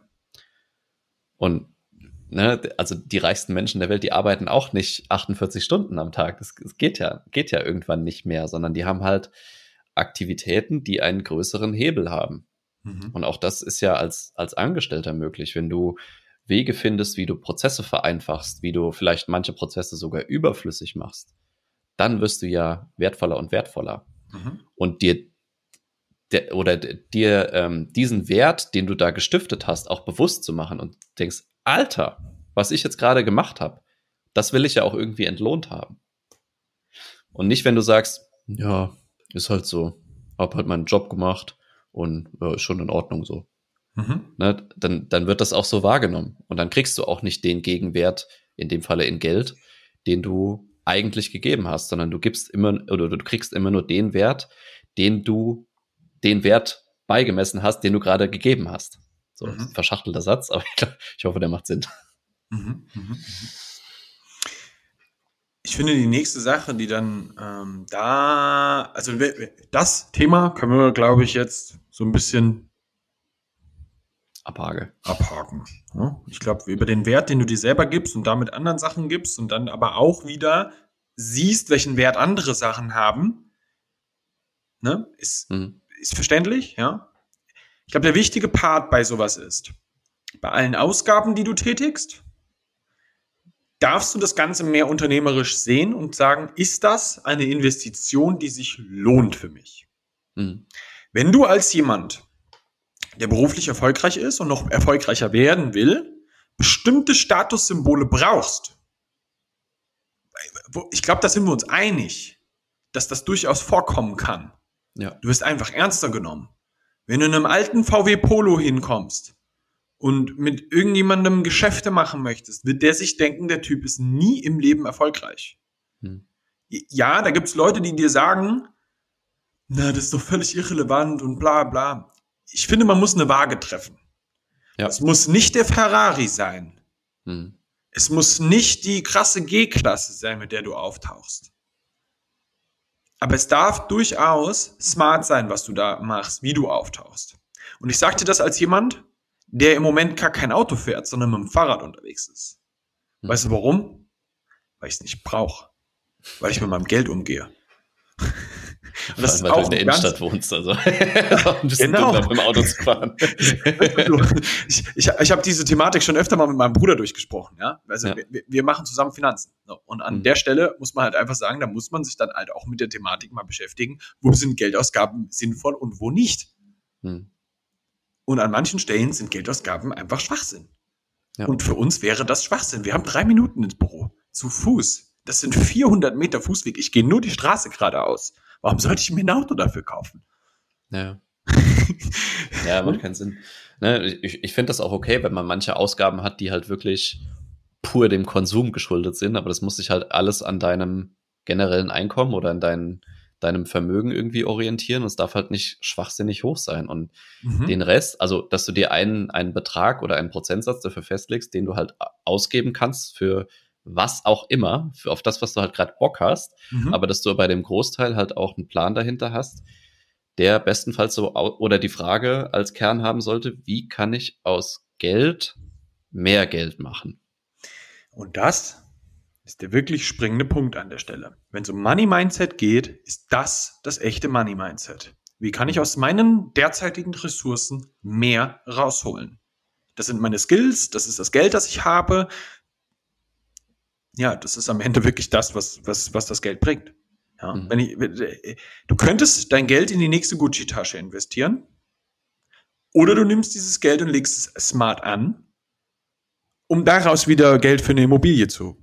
Und ne, also die reichsten Menschen der Welt, die arbeiten auch nicht achtundvierzig Stunden am Tag. Das, das geht ja, geht ja irgendwann nicht mehr, sondern die haben halt Aktivitäten, die einen größeren Hebel haben. Mhm. Und auch das ist ja als, als Angestellter möglich, wenn du Wege findest, wie du Prozesse vereinfachst, wie du vielleicht manche Prozesse sogar überflüssig machst, dann wirst du ja wertvoller und wertvoller. Mhm. Und dir der, oder dir ähm, diesen Wert, den du da gestiftet hast, auch bewusst zu machen und denkst, Alter, was ich jetzt gerade gemacht habe, das will ich ja auch irgendwie entlohnt haben. Und nicht, wenn du sagst, ja, ist halt so, hab halt meinen Job gemacht, und äh, ist schon in Ordnung so. Mhm. Ne, dann, dann wird das auch so wahrgenommen. Und dann kriegst du auch nicht den Gegenwert, in dem Falle in Geld, den du eigentlich gegeben hast, sondern du gibst immer, oder du kriegst immer nur den Wert, den du, den Wert beigemessen hast, den du gerade gegeben hast. So, mhm. ein verschachtelter Satz, aber ich, glaub, ich hoffe, der macht Sinn. Mhm. Mhm. Ich finde, die nächste Sache, die dann ähm, da, also das Thema können wir, glaube ich, jetzt so ein bisschen abhaken. abhaken. Ja? Ich glaube, über den Wert, den du dir selber gibst und damit anderen Sachen gibst und dann aber auch wieder siehst, welchen Wert andere Sachen haben, ne, ist, mhm. ist verständlich, ja. Ich glaube, der wichtige Part bei sowas ist, bei allen Ausgaben, die du tätigst, darfst du das Ganze mehr unternehmerisch sehen und sagen, ist das eine Investition, die sich lohnt für mich? Mhm. Wenn du als jemand, der beruflich erfolgreich ist und noch erfolgreicher werden will, bestimmte Statussymbole brauchst, ich glaube, da sind wir uns einig, dass das durchaus vorkommen kann. Ja. Du wirst einfach ernster genommen. Wenn du in einem alten V W Polo hinkommst und mit irgendjemandem Geschäfte machen möchtest, wird der sich denken, der Typ ist nie im Leben erfolgreich. Hm. Ja, da gibt's Leute, die dir sagen, na, das ist doch völlig irrelevant und bla bla. Ich finde, man muss eine Waage treffen. Ja. Es muss nicht der Ferrari sein. Hm. Es muss nicht die krasse G-Klasse sein, mit der du auftauchst. Aber es darf durchaus smart sein, was du da machst, wie du auftauchst. Und ich sage dir das als jemand, der im Moment gar kein Auto fährt, sondern mit dem Fahrrad unterwegs ist. Mhm. Weißt du warum? Weil ich es nicht brauche. Weil ich mit meinem Geld umgehe. Und das allem, ist weil auch du in der Innenstadt wohnst, also ein bisschen genau. Mit dem Auto zu fahren. ich ich, ich habe diese Thematik schon öfter mal mit meinem Bruder durchgesprochen, ja. Also ja. Wir, wir machen zusammen Finanzen. Und an mhm. der Stelle muss man halt einfach sagen, da muss man sich dann halt auch mit der Thematik mal beschäftigen, wo sind Geldausgaben sinnvoll und wo nicht. Mhm. Und an manchen Stellen sind Geldausgaben einfach Schwachsinn. Ja. Und für uns wäre das Schwachsinn. Wir haben drei Minuten ins Büro, zu Fuß. Das sind vierhundert Meter Fußweg. Ich gehe nur die Straße geradeaus. Warum sollte ich mir ein Auto dafür kaufen? Ja. Ja, macht keinen Sinn. Ne, ich ich finde das auch okay, wenn man manche Ausgaben hat, die halt wirklich pur dem Konsum geschuldet sind, aber das muss sich halt alles an deinem generellen Einkommen oder an dein, deinem Vermögen irgendwie orientieren und es darf halt nicht schwachsinnig hoch sein. Und mhm. den Rest, also dass du dir einen, einen Betrag oder einen Prozentsatz dafür festlegst, den du halt ausgeben kannst für was auch immer, für auf das, was du halt gerade Bock hast, mhm. aber dass du bei dem Großteil halt auch einen Plan dahinter hast, der bestenfalls so, oder die Frage als Kern haben sollte, wie kann ich aus Geld mehr Geld machen? Und das ist der wirklich springende Punkt an der Stelle. Wenn es um Money-Mindset geht, ist das das echte Money-Mindset. Wie kann ich aus meinen derzeitigen Ressourcen mehr rausholen? Das sind meine Skills, das ist das Geld, das ich habe. Ja, das ist am Ende wirklich das, was, was, was das Geld bringt. Ja, mhm. wenn ich, du könntest dein Geld in die nächste Gucci-Tasche investieren oder du nimmst dieses Geld und legst es smart an, um daraus wieder Geld für eine Immobilie zu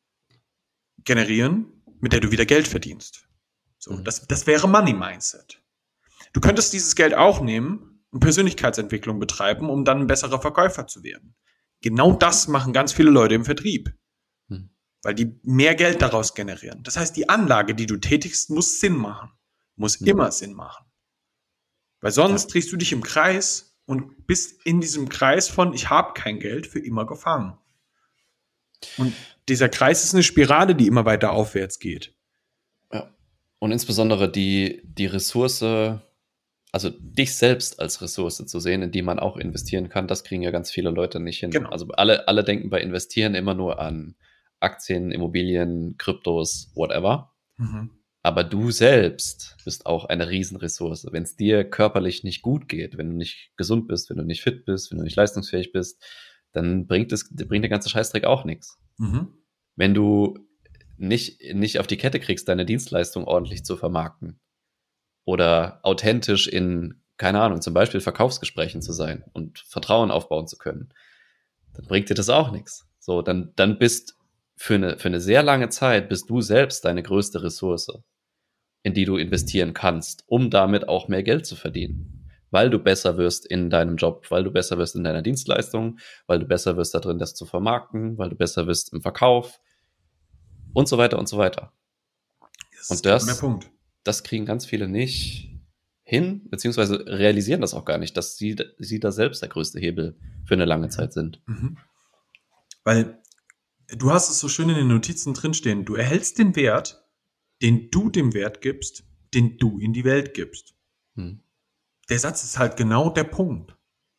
generieren, mit der du wieder Geld verdienst. So, mhm. das, das wäre Money Mindset. Du könntest dieses Geld auch nehmen und Persönlichkeitsentwicklung betreiben, um dann ein besserer Verkäufer zu werden. Genau das machen ganz viele Leute im Vertrieb. Mhm. Weil die mehr Geld daraus generieren. Das heißt, die Anlage, die du tätigst, muss Sinn machen. Muss mhm. immer Sinn machen. Weil sonst ja. drehst du dich im Kreis und bist in diesem Kreis von ich habe kein Geld für immer gefangen. Und dieser Kreis ist eine Spirale, die immer weiter aufwärts geht. Ja. Und insbesondere die, die Ressource, also dich selbst als Ressource zu sehen, in die man auch investieren kann, das kriegen ja ganz viele Leute nicht hin. Genau. Also alle, alle denken bei Investieren immer nur an Aktien, Immobilien, Kryptos, whatever. Mhm. Aber du selbst bist auch eine Riesenressource. Wenn es dir körperlich nicht gut geht, wenn du nicht gesund bist, wenn du nicht fit bist, wenn du nicht leistungsfähig bist, dann bringt, es, bringt der ganze Scheißdreck auch nichts. Mhm. Wenn du nicht, nicht auf die Kette kriegst, deine Dienstleistung ordentlich zu vermarkten oder authentisch in, keine Ahnung, zum Beispiel Verkaufsgesprächen zu sein und Vertrauen aufbauen zu können, dann bringt dir das auch nichts. So, dann, dann bist Für eine, für eine sehr lange Zeit bist du selbst deine größte Ressource, in die du investieren kannst, um damit auch mehr Geld zu verdienen. Weil du besser wirst in deinem Job, weil du besser wirst in deiner Dienstleistung, weil du besser wirst da drin, das zu vermarkten, weil du besser wirst im Verkauf und so weiter und so weiter. Das und das, ist der Punkt. Das kriegen ganz viele nicht hin, beziehungsweise realisieren das auch gar nicht, dass sie, sie da selbst der größte Hebel für eine lange Zeit sind. Mhm. Weil du hast es so schön in den Notizen drinstehen. Du erhältst den Wert, den du dem Wert gibst, den du in die Welt gibst. Hm. Der Satz ist halt genau der Punkt.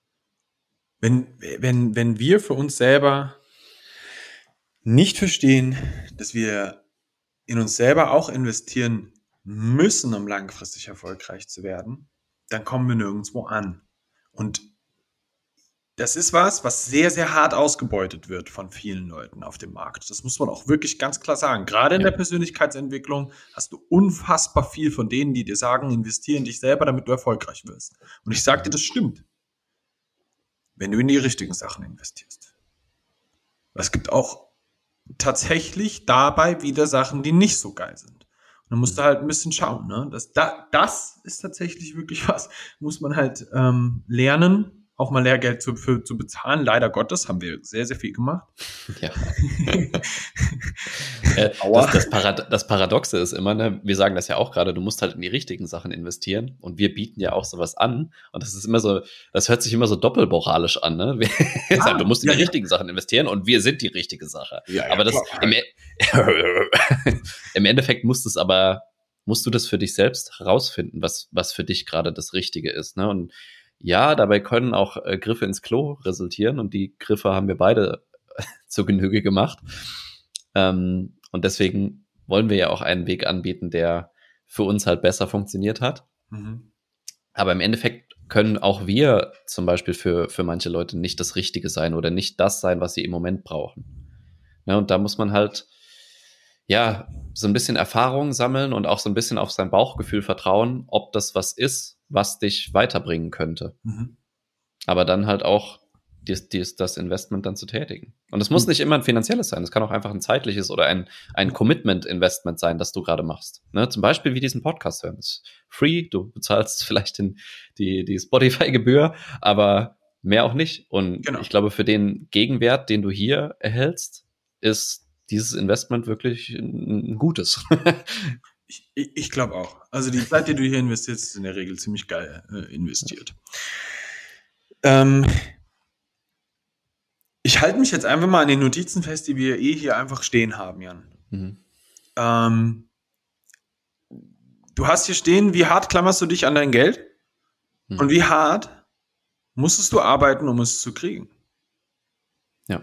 Wenn, wenn, wenn wir für uns selber nicht verstehen, dass wir in uns selber auch investieren müssen, um langfristig erfolgreich zu werden, dann kommen wir nirgendwo an. Und das ist was, was sehr, sehr hart ausgebeutet wird von vielen Leuten auf dem Markt. Das muss man auch wirklich ganz klar sagen. Gerade in ja. der Persönlichkeitsentwicklung hast du unfassbar viel von denen, die dir sagen, investiere in dich selber, damit du erfolgreich wirst. Und ich sage dir, das stimmt. Wenn du in die richtigen Sachen investierst. Es gibt auch tatsächlich dabei wieder Sachen, die nicht so geil sind. Und dann musst du halt ein bisschen schauen. Ne? Das, da, das ist tatsächlich wirklich was, muss man halt ähm, lernen, auch mal Lehrgeld zu, für, zu bezahlen. Leider Gottes haben wir sehr, sehr viel gemacht. Ja. äh, das, das, Parad- das Paradoxe ist immer, ne, wir sagen das ja auch gerade, du musst halt in die richtigen Sachen investieren und wir bieten ja auch sowas an und das ist immer so, das hört sich immer so doppelmoralisch an, ne? Wir Ja, sagen, du musst in ja, die ja. richtigen Sachen investieren und wir sind die richtige Sache. Ja, ja, aber das im, im Endeffekt musst du es aber, musst du das für dich selbst herausfinden, was, was für dich gerade das Richtige ist, ne? Und ja, dabei können auch äh, Griffe ins Klo resultieren und die Griffe haben wir beide zur Genüge gemacht. Ähm, und deswegen wollen wir ja auch einen Weg anbieten, der für uns halt besser funktioniert hat. Mhm. Aber im Endeffekt können auch wir zum Beispiel für, für manche Leute nicht das Richtige sein oder nicht das sein, was sie im Moment brauchen. Ja, und da muss man halt ja so ein bisschen Erfahrung sammeln und auch so ein bisschen auf sein Bauchgefühl vertrauen, ob das was ist, was dich weiterbringen könnte. Mhm. Aber dann halt auch dies, dies, das Investment dann zu tätigen. Und es muss nicht immer ein finanzielles sein, es kann auch einfach ein zeitliches oder ein, ein Commitment-Investment sein, das du gerade machst. Ne? Zum Beispiel wie diesen Podcast hören. Das ist free, du bezahlst vielleicht den, die, die Spotify-Gebühr, aber mehr auch nicht. Und Genau. ich glaube, für den Gegenwert, den du hier erhältst, ist dieses Investment wirklich ein, ein gutes. Ich, ich, ich glaube auch. Also die Zeit, die du hier investierst, ist in der Regel ziemlich geil äh, investiert. Ähm, ich halte mich jetzt einfach mal an den Notizen fest, die wir eh hier einfach stehen haben, Jan. Mhm. Ähm, du hast hier stehen, wie hart klammerst du dich an dein Geld? Mhm. Und wie hart musstest du arbeiten, um es zu kriegen? Ja.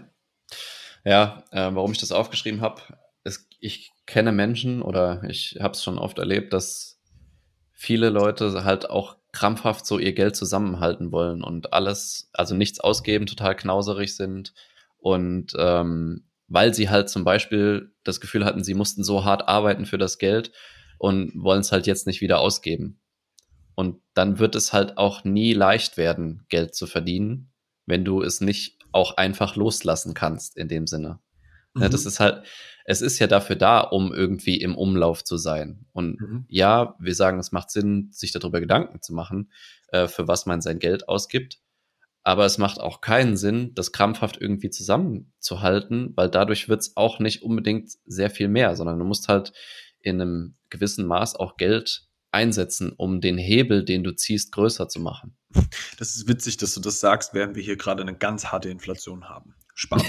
Ja, äh, warum ich das aufgeschrieben habe, ist, ich kenne Menschen oder ich habe es schon oft erlebt, dass viele Leute halt auch krampfhaft so ihr Geld zusammenhalten wollen und alles, also nichts ausgeben, total knauserig sind und ähm, weil sie halt zum Beispiel das Gefühl hatten, sie mussten so hart arbeiten für das Geld und wollen es halt jetzt nicht wieder ausgeben. Und dann wird es halt auch nie leicht werden, Geld zu verdienen, wenn du es nicht auch einfach loslassen kannst in dem Sinne. Mhm. Ja, das ist halt, es ist ja dafür da, um irgendwie im Umlauf zu sein. Und Mhm. ja, wir sagen, es macht Sinn, sich darüber Gedanken zu machen, äh, für was man sein Geld ausgibt. Aber es macht auch keinen Sinn, das krampfhaft irgendwie zusammenzuhalten, weil dadurch wird es auch nicht unbedingt sehr viel mehr, sondern du musst halt in einem gewissen Maß auch Geld einsetzen, um den Hebel, den du ziehst, größer zu machen. Das ist witzig, dass du das sagst, während wir hier gerade eine ganz harte Inflation haben. Sparbuch,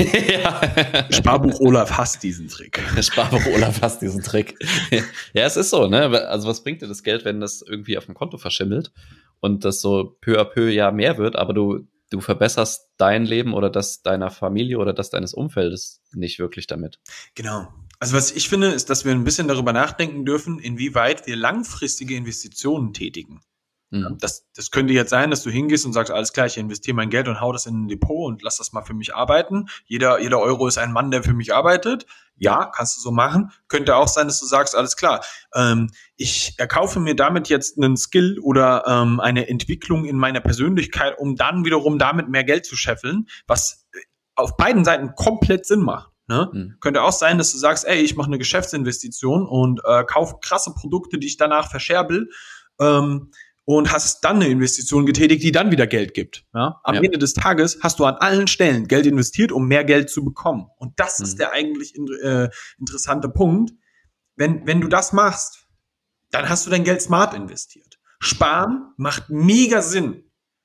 ja. Sparbuch Olaf hasst diesen Trick. Sparbuch Olaf hasst diesen Trick. Ja, es ist so, ne? Also was bringt dir das Geld, wenn das irgendwie auf dem Konto verschimmelt und das so peu à peu ja mehr wird, aber du, du verbesserst dein Leben oder das deiner Familie oder das deines Umfeldes nicht wirklich damit. Genau. Also was ich finde, ist, dass wir ein bisschen darüber nachdenken dürfen, inwieweit wir langfristige Investitionen tätigen. Mhm. Das, das könnte jetzt sein, dass du hingehst und sagst, alles klar, ich investiere mein Geld und hau das in ein Depot und lass das mal für mich arbeiten. Jeder, jeder Euro ist ein Mann, der für mich arbeitet. Ja, kannst du so machen. Könnte auch sein, dass du sagst, alles klar, ähm, ich erkaufe mir damit jetzt einen Skill oder ähm, eine Entwicklung in meiner Persönlichkeit, um dann wiederum damit mehr Geld zu scheffeln, was auf beiden Seiten komplett Sinn macht. Ne? Mhm. Könnte auch sein, dass du sagst, ey, ich mache eine Geschäftsinvestition und äh, kaufe krasse Produkte, die ich danach verscherbel, ähm, und hast dann eine Investition getätigt, die dann wieder Geld gibt. Ja? Am Ja. Ende des Tages hast du an allen Stellen Geld investiert, um mehr Geld zu bekommen. Und das Mhm. ist der eigentlich äh, interessante Punkt. Wenn, wenn du das machst, dann hast du dein Geld smart investiert. Sparen macht mega Sinn,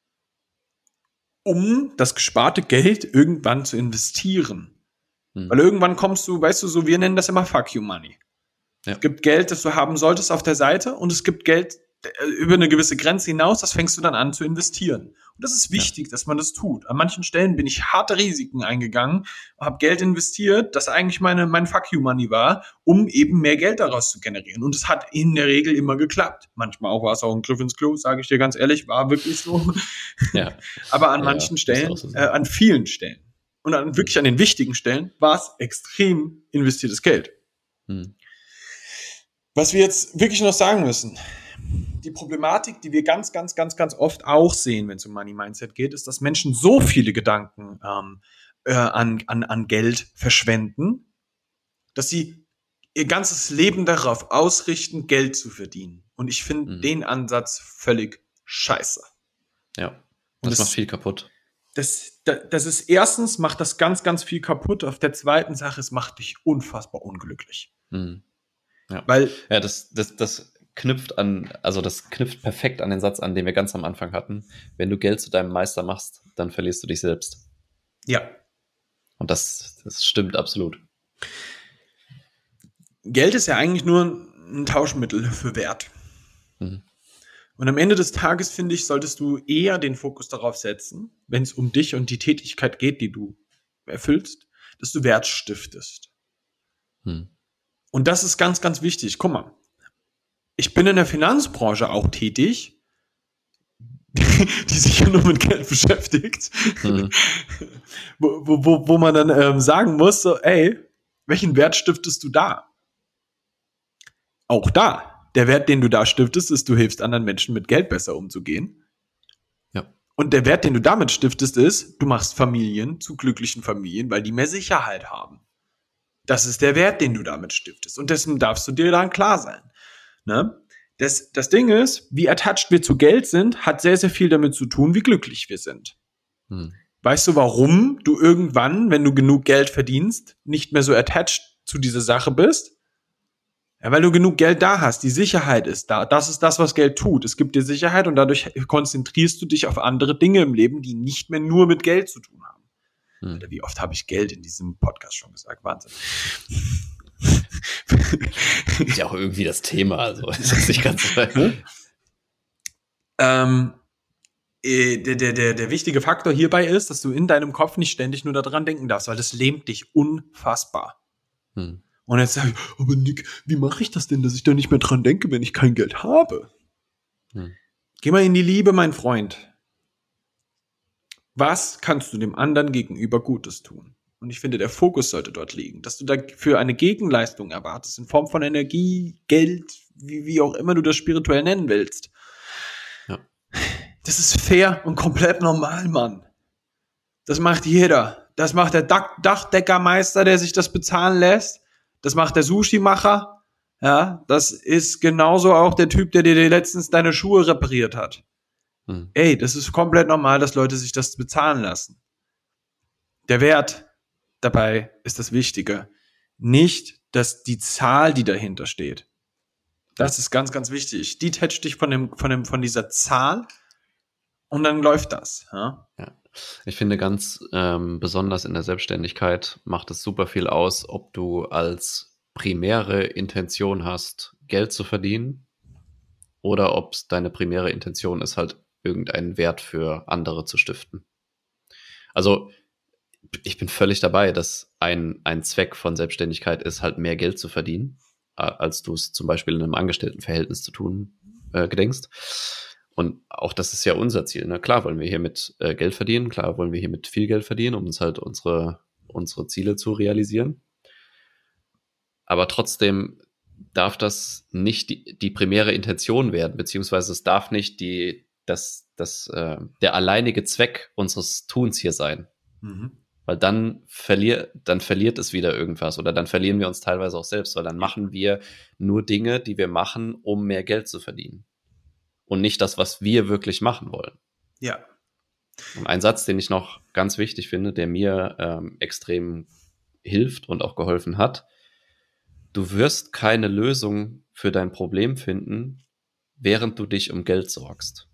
um das gesparte Geld irgendwann zu investieren. Mhm. Weil irgendwann kommst du, weißt du, so wir nennen das immer Fuck You Money. Ja. Es gibt Geld, das du haben solltest auf der Seite und es gibt Geld über eine gewisse Grenze hinaus, das fängst du dann an zu investieren. Und das ist wichtig, ja. dass man das tut. An manchen Stellen bin ich harte Risiken eingegangen, habe Geld investiert, das eigentlich meine, mein Fuck You Money war, um eben mehr Geld daraus zu generieren. Und es hat in der Regel immer geklappt. Manchmal auch war es auch ein Griff ins Klo, sage ich dir ganz ehrlich, war wirklich so. Ja. Aber an ja, manchen Stellen, so äh, an vielen Stellen und an wirklich an den wichtigen Stellen war es extrem investiertes Geld. Hm. Was wir jetzt wirklich noch sagen müssen, die Problematik, die wir ganz, ganz, ganz, ganz oft auch sehen, wenn es um Money Mindset geht, ist, dass Menschen so viele Gedanken ähm, äh, an, an, an Geld verschwenden, dass sie ihr ganzes Leben darauf ausrichten, Geld zu verdienen. Und ich finde mhm. den Ansatz völlig scheiße. Ja, das, das macht viel kaputt. das, das ist erstens, macht das ganz, ganz viel kaputt. Auf der zweiten Sache, es macht dich unfassbar unglücklich. Hm. Ja. Weil, ja, das, das, das knüpft an, also das knüpft perfekt an den Satz an, den wir ganz am Anfang hatten. Wenn du Geld zu deinem Meister machst, dann verlierst du dich selbst. ja. Und das, das stimmt absolut. Geld ist ja eigentlich nur ein Tauschmittel für Wert. Mhm. Und am Ende des Tages, finde ich, solltest du eher den Fokus darauf setzen, wenn es um dich und die Tätigkeit geht, die du erfüllst, dass du Wert stiftest. Hm. Und das ist ganz, ganz wichtig. Guck mal, ich bin in der Finanzbranche auch tätig, die sich ja nur mit Geld beschäftigt, hm. wo, wo, wo man dann ähm, sagen muss, so, ey, welchen Wert stiftest du da? Auch da. Der Wert, den du da stiftest, ist, du hilfst anderen Menschen mit Geld besser umzugehen. Ja. Und der Wert, den du damit stiftest, ist, du machst Familien zu glücklichen Familien, weil die mehr Sicherheit haben. Das ist der Wert, den du damit stiftest. Und dessen darfst du dir dann klar sein. Ne? Das, das Ding ist, wie attached wir zu Geld sind, hat sehr, sehr viel damit zu tun, wie glücklich wir sind. Hm. Weißt du, warum du irgendwann, wenn du genug Geld verdienst, nicht mehr so attached zu dieser Sache bist? Ja, weil du genug Geld da hast, die Sicherheit ist da. Das ist das, was Geld tut. Es gibt dir Sicherheit und dadurch konzentrierst du dich auf andere Dinge im Leben, die nicht mehr nur mit Geld zu tun haben. Hm. Oder wie oft habe ich Geld in diesem Podcast schon gesagt? Wahnsinn. Ist ja auch irgendwie das Thema, also ist das nicht ganz so. ähm, der, der, der, der wichtige Faktor hierbei ist, dass du in deinem Kopf nicht ständig nur daran denken darfst, weil das lähmt dich unfassbar. Hm. Und jetzt sage ich, aber Nick, wie mache ich das denn, dass ich da nicht mehr dran denke, wenn ich kein Geld habe? Hm. Geh mal in die Liebe, mein Freund. Was kannst du dem anderen gegenüber Gutes tun? Und ich finde, der Fokus sollte dort liegen, dass du dafür eine Gegenleistung erwartest, in Form von Energie, Geld, wie, wie auch immer du das spirituell nennen willst. Ja. Das ist fair und komplett normal, Mann. Das macht jeder. Das macht der Dach- Dachdeckermeister, der sich das bezahlen lässt. Das macht der Sushi-Macher. Ja, das ist genauso auch der Typ, der dir letztens deine Schuhe repariert hat. Hm. Ey, das ist komplett normal, dass Leute sich das bezahlen lassen. Der Wert dabei ist das Wichtige. Nicht, dass die Zahl, die dahinter steht. Das ist ganz, ganz wichtig. Detach dich von dem, von dem, von dieser Zahl und dann läuft das. Ja. Ja. Ich finde ganz ähm, besonders in der Selbstständigkeit macht es super viel aus, ob du als primäre Intention hast, Geld zu verdienen oder ob es deine primäre Intention ist, halt irgendeinen Wert für andere zu stiften. Also ich bin völlig dabei, dass ein, ein Zweck von Selbstständigkeit ist, halt mehr Geld zu verdienen, als du es zum Beispiel in einem Angestelltenverhältnis zu tun äh, gedenkst. Und auch das ist ja unser Ziel. Ne? Klar wollen wir hier mit äh, Geld verdienen, klar wollen wir hier mit viel Geld verdienen, um uns halt unsere, unsere Ziele zu realisieren. Aber trotzdem darf das nicht die, die primäre Intention werden, beziehungsweise es darf nicht die, das, das, äh, der alleinige Zweck unseres Tuns hier sein. Mhm. Weil dann, verlier, dann verliert es wieder irgendwas oder dann verlieren wir uns teilweise auch selbst, weil dann machen wir nur Dinge, die wir machen, um mehr Geld zu verdienen. Und nicht das, was wir wirklich machen wollen. Ja. Und ein Satz, den ich noch ganz wichtig finde, der mir ähm, extrem hilft und auch geholfen hat: Du wirst keine Lösung für dein Problem finden, während du dich um Geld sorgst.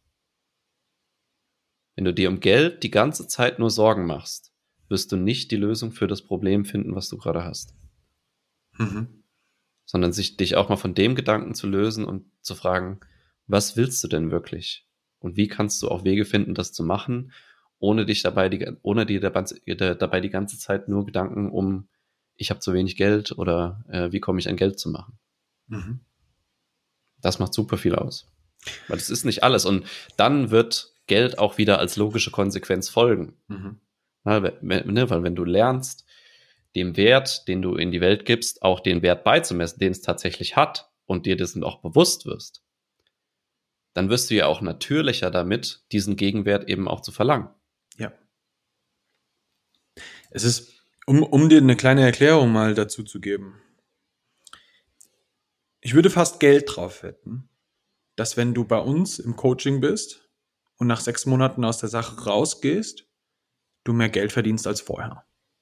Wenn du dir um Geld die ganze Zeit nur Sorgen machst, wirst du nicht die Lösung für das Problem finden, was du gerade hast. Mhm. Sondern sich dich auch mal von dem Gedanken zu lösen und zu fragen, was willst du denn wirklich? Und wie kannst du auch Wege finden, das zu machen, ohne dich dabei, die, ohne dir dabei, dabei die ganze Zeit nur Gedanken um, ich habe zu wenig Geld oder äh, wie komme ich an Geld zu machen? Mhm. Das macht super viel aus. Weil das ist nicht alles. Und dann wird Geld auch wieder als logische Konsequenz folgen. Mhm. Na, ne, weil wenn du lernst, dem Wert, den du in die Welt gibst, auch den Wert beizumessen, den es tatsächlich hat und dir dessen auch bewusst wirst, dann wirst du ja auch natürlicher damit, diesen Gegenwert eben auch zu verlangen. Ja. Es ist, um, um dir eine kleine Erklärung mal dazu zu geben. Ich würde fast Geld drauf wetten, dass wenn du bei uns im Coaching bist und nach sechs Monaten aus der Sache rausgehst, du mehr Geld verdienst als vorher.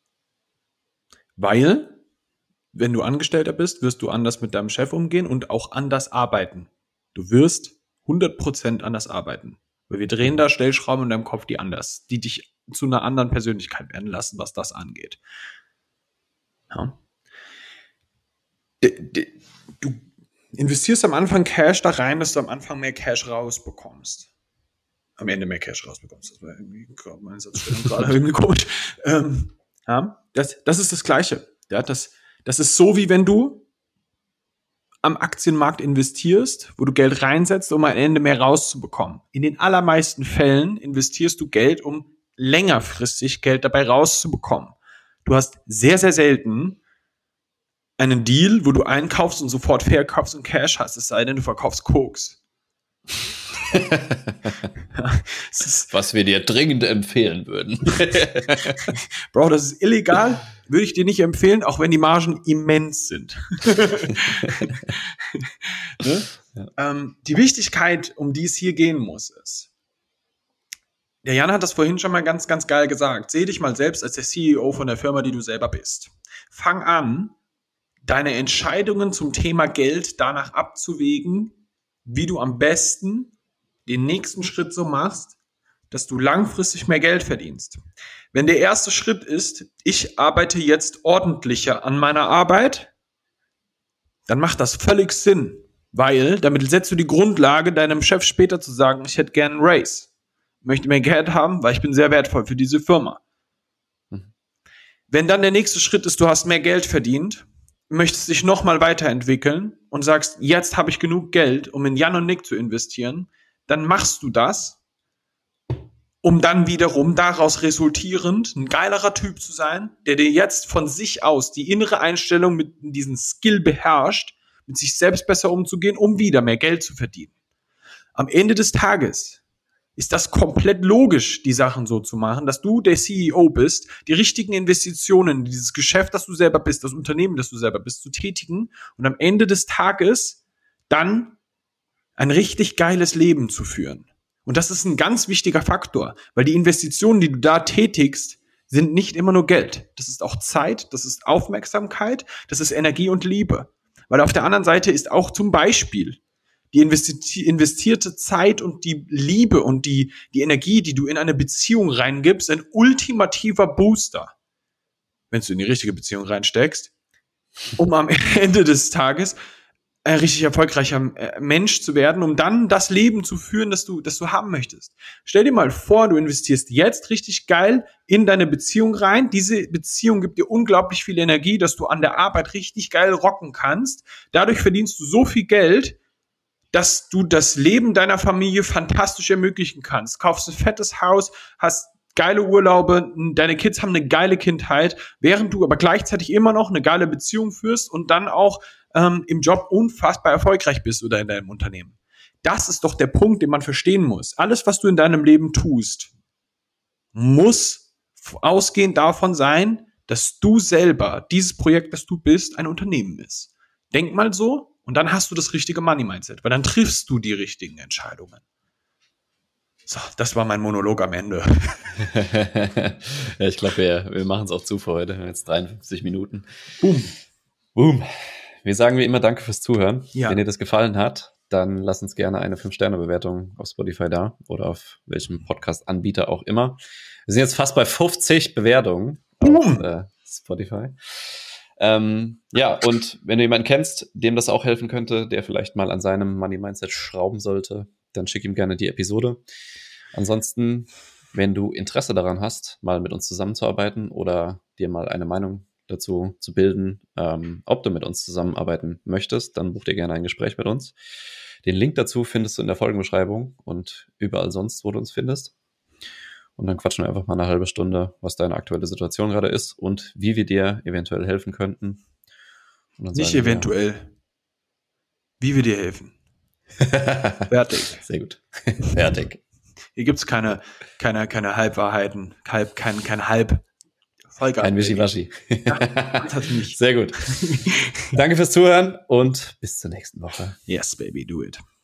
Weil, wenn du Angestellter bist, wirst du anders mit deinem Chef umgehen und auch anders arbeiten. Du wirst hundert Prozent anders arbeiten. Weil wir drehen da Stellschrauben in deinem Kopf, die anders, die dich zu einer anderen Persönlichkeit werden lassen, was das angeht. Ja. Du investierst am Anfang Cash da rein, dass du am Anfang mehr Cash rausbekommst. Am Ende mehr Cash rausbekommst. Das war irgendwie meine Satzstellung gerade irgendwie komisch. Ähm, ja, das, das ist das Gleiche. Ja, das, das ist so, wie wenn du am Aktienmarkt investierst, wo du Geld reinsetzt, um am Ende mehr rauszubekommen. In den allermeisten Fällen investierst du Geld, um längerfristig Geld dabei rauszubekommen. Du hast sehr, sehr selten einen Deal, wo du einkaufst und sofort verkaufst und Cash hast, es sei denn, du verkaufst Koks. Ja, was wir dir dringend empfehlen würden. Bro, das ist illegal, würde ich dir nicht empfehlen, auch wenn die Margen immens sind. Ne? Ja. Ähm, die Wichtigkeit, um die es hier gehen muss, ist, der Jan hat das vorhin schon mal ganz, ganz geil gesagt. Seh dich mal selbst als der C E O von der Firma, die du selber bist. Fang an, deine Entscheidungen zum Thema Geld danach abzuwägen, wie du am besten den nächsten Schritt so machst, dass du langfristig mehr Geld verdienst. Wenn der erste Schritt ist, ich arbeite jetzt ordentlicher an meiner Arbeit, dann macht das völlig Sinn, weil damit setzt du die Grundlage, deinem Chef später zu sagen, ich hätte gerne einen Raise. Ich möchte mehr Geld haben, weil ich bin sehr wertvoll für diese Firma. Mhm. Wenn dann der nächste Schritt ist, du hast mehr Geld verdient, möchtest dich nochmal weiterentwickeln und sagst, jetzt habe ich genug Geld, um in Jan und Nick zu investieren, dann machst du das, um dann wiederum daraus resultierend ein geilerer Typ zu sein, der dir jetzt von sich aus die innere Einstellung mit diesem Skill beherrscht, mit sich selbst besser umzugehen, um wieder mehr Geld zu verdienen. Am Ende des Tages ist das komplett logisch, die Sachen so zu machen, dass du der C E O bist, die richtigen Investitionen in dieses Geschäft, das du selber bist, das Unternehmen, das du selber bist, zu tätigen und am Ende des Tages dann ein richtig geiles Leben zu führen. Und das ist ein ganz wichtiger Faktor, weil die Investitionen, die du da tätigst, sind nicht immer nur Geld. Das ist auch Zeit, das ist Aufmerksamkeit, das ist Energie und Liebe. Weil auf der anderen Seite ist auch zum Beispiel die investi- investierte Zeit und die Liebe und die, die Energie, die du in eine Beziehung reingibst, ein ultimativer Booster, wenn du in die richtige Beziehung reinsteckst, um am Ende des Tages ein richtig erfolgreicher Mensch zu werden, um dann das Leben zu führen, das du, das du haben möchtest. Stell dir mal vor, du investierst jetzt richtig geil in deine Beziehung rein. Diese Beziehung gibt dir unglaublich viel Energie, dass du an der Arbeit richtig geil rocken kannst. Dadurch verdienst du so viel Geld, dass du das Leben deiner Familie fantastisch ermöglichen kannst. Kaufst ein fettes Haus, hast geile Urlaube, deine Kids haben eine geile Kindheit, während du aber gleichzeitig immer noch eine geile Beziehung führst und dann auch ähm, im Job unfassbar erfolgreich bist oder in deinem Unternehmen. Das ist doch der Punkt, den man verstehen muss. Alles, was du in deinem Leben tust, muss ausgehend davon sein, dass du selber, dieses Projekt, das du bist, ein Unternehmen ist. Denk mal so und dann hast du das richtige Money-Mindset, weil dann triffst du die richtigen Entscheidungen. So, das war mein Monolog am Ende. Ja, ich glaube, wir, wir machen es auch zu für heute. Wir haben jetzt dreiundfünfzig Minuten. Boom. Boom. Wir sagen wie immer Danke fürs Zuhören. Ja. Wenn dir das gefallen hat, dann lass uns gerne eine fünf Sterne Bewertung auf Spotify da oder auf welchem Podcast-Anbieter auch immer. Wir sind jetzt fast bei fünfzig Bewertungen auf äh, Spotify. Ähm, ja, und wenn du jemanden kennst, dem das auch helfen könnte, der vielleicht mal an seinem Money-Mindset schrauben sollte, dann schick ihm gerne die Episode. Ansonsten, wenn du Interesse daran hast, mal mit uns zusammenzuarbeiten oder dir mal eine Meinung dazu zu bilden, ähm, ob du mit uns zusammenarbeiten möchtest, dann buch dir gerne ein Gespräch mit uns. Den Link dazu findest du in der Folgenbeschreibung und überall sonst, wo du uns findest. Und dann quatschen wir einfach mal eine halbe Stunde, was deine aktuelle Situation gerade ist und wie wir dir eventuell helfen könnten. Und dann Nicht eventuell. Wir, wie wir dir helfen. Fertig. Sehr gut. Fertig. Hier gibt's keine, keine, keine Halbwahrheiten, kein, kein, kein Halb. Vollgas. Kein Wischiwaschi. Ja, das hat nicht. Sehr gut. Danke fürs Zuhören und bis zur nächsten Woche. Yes, baby, do it.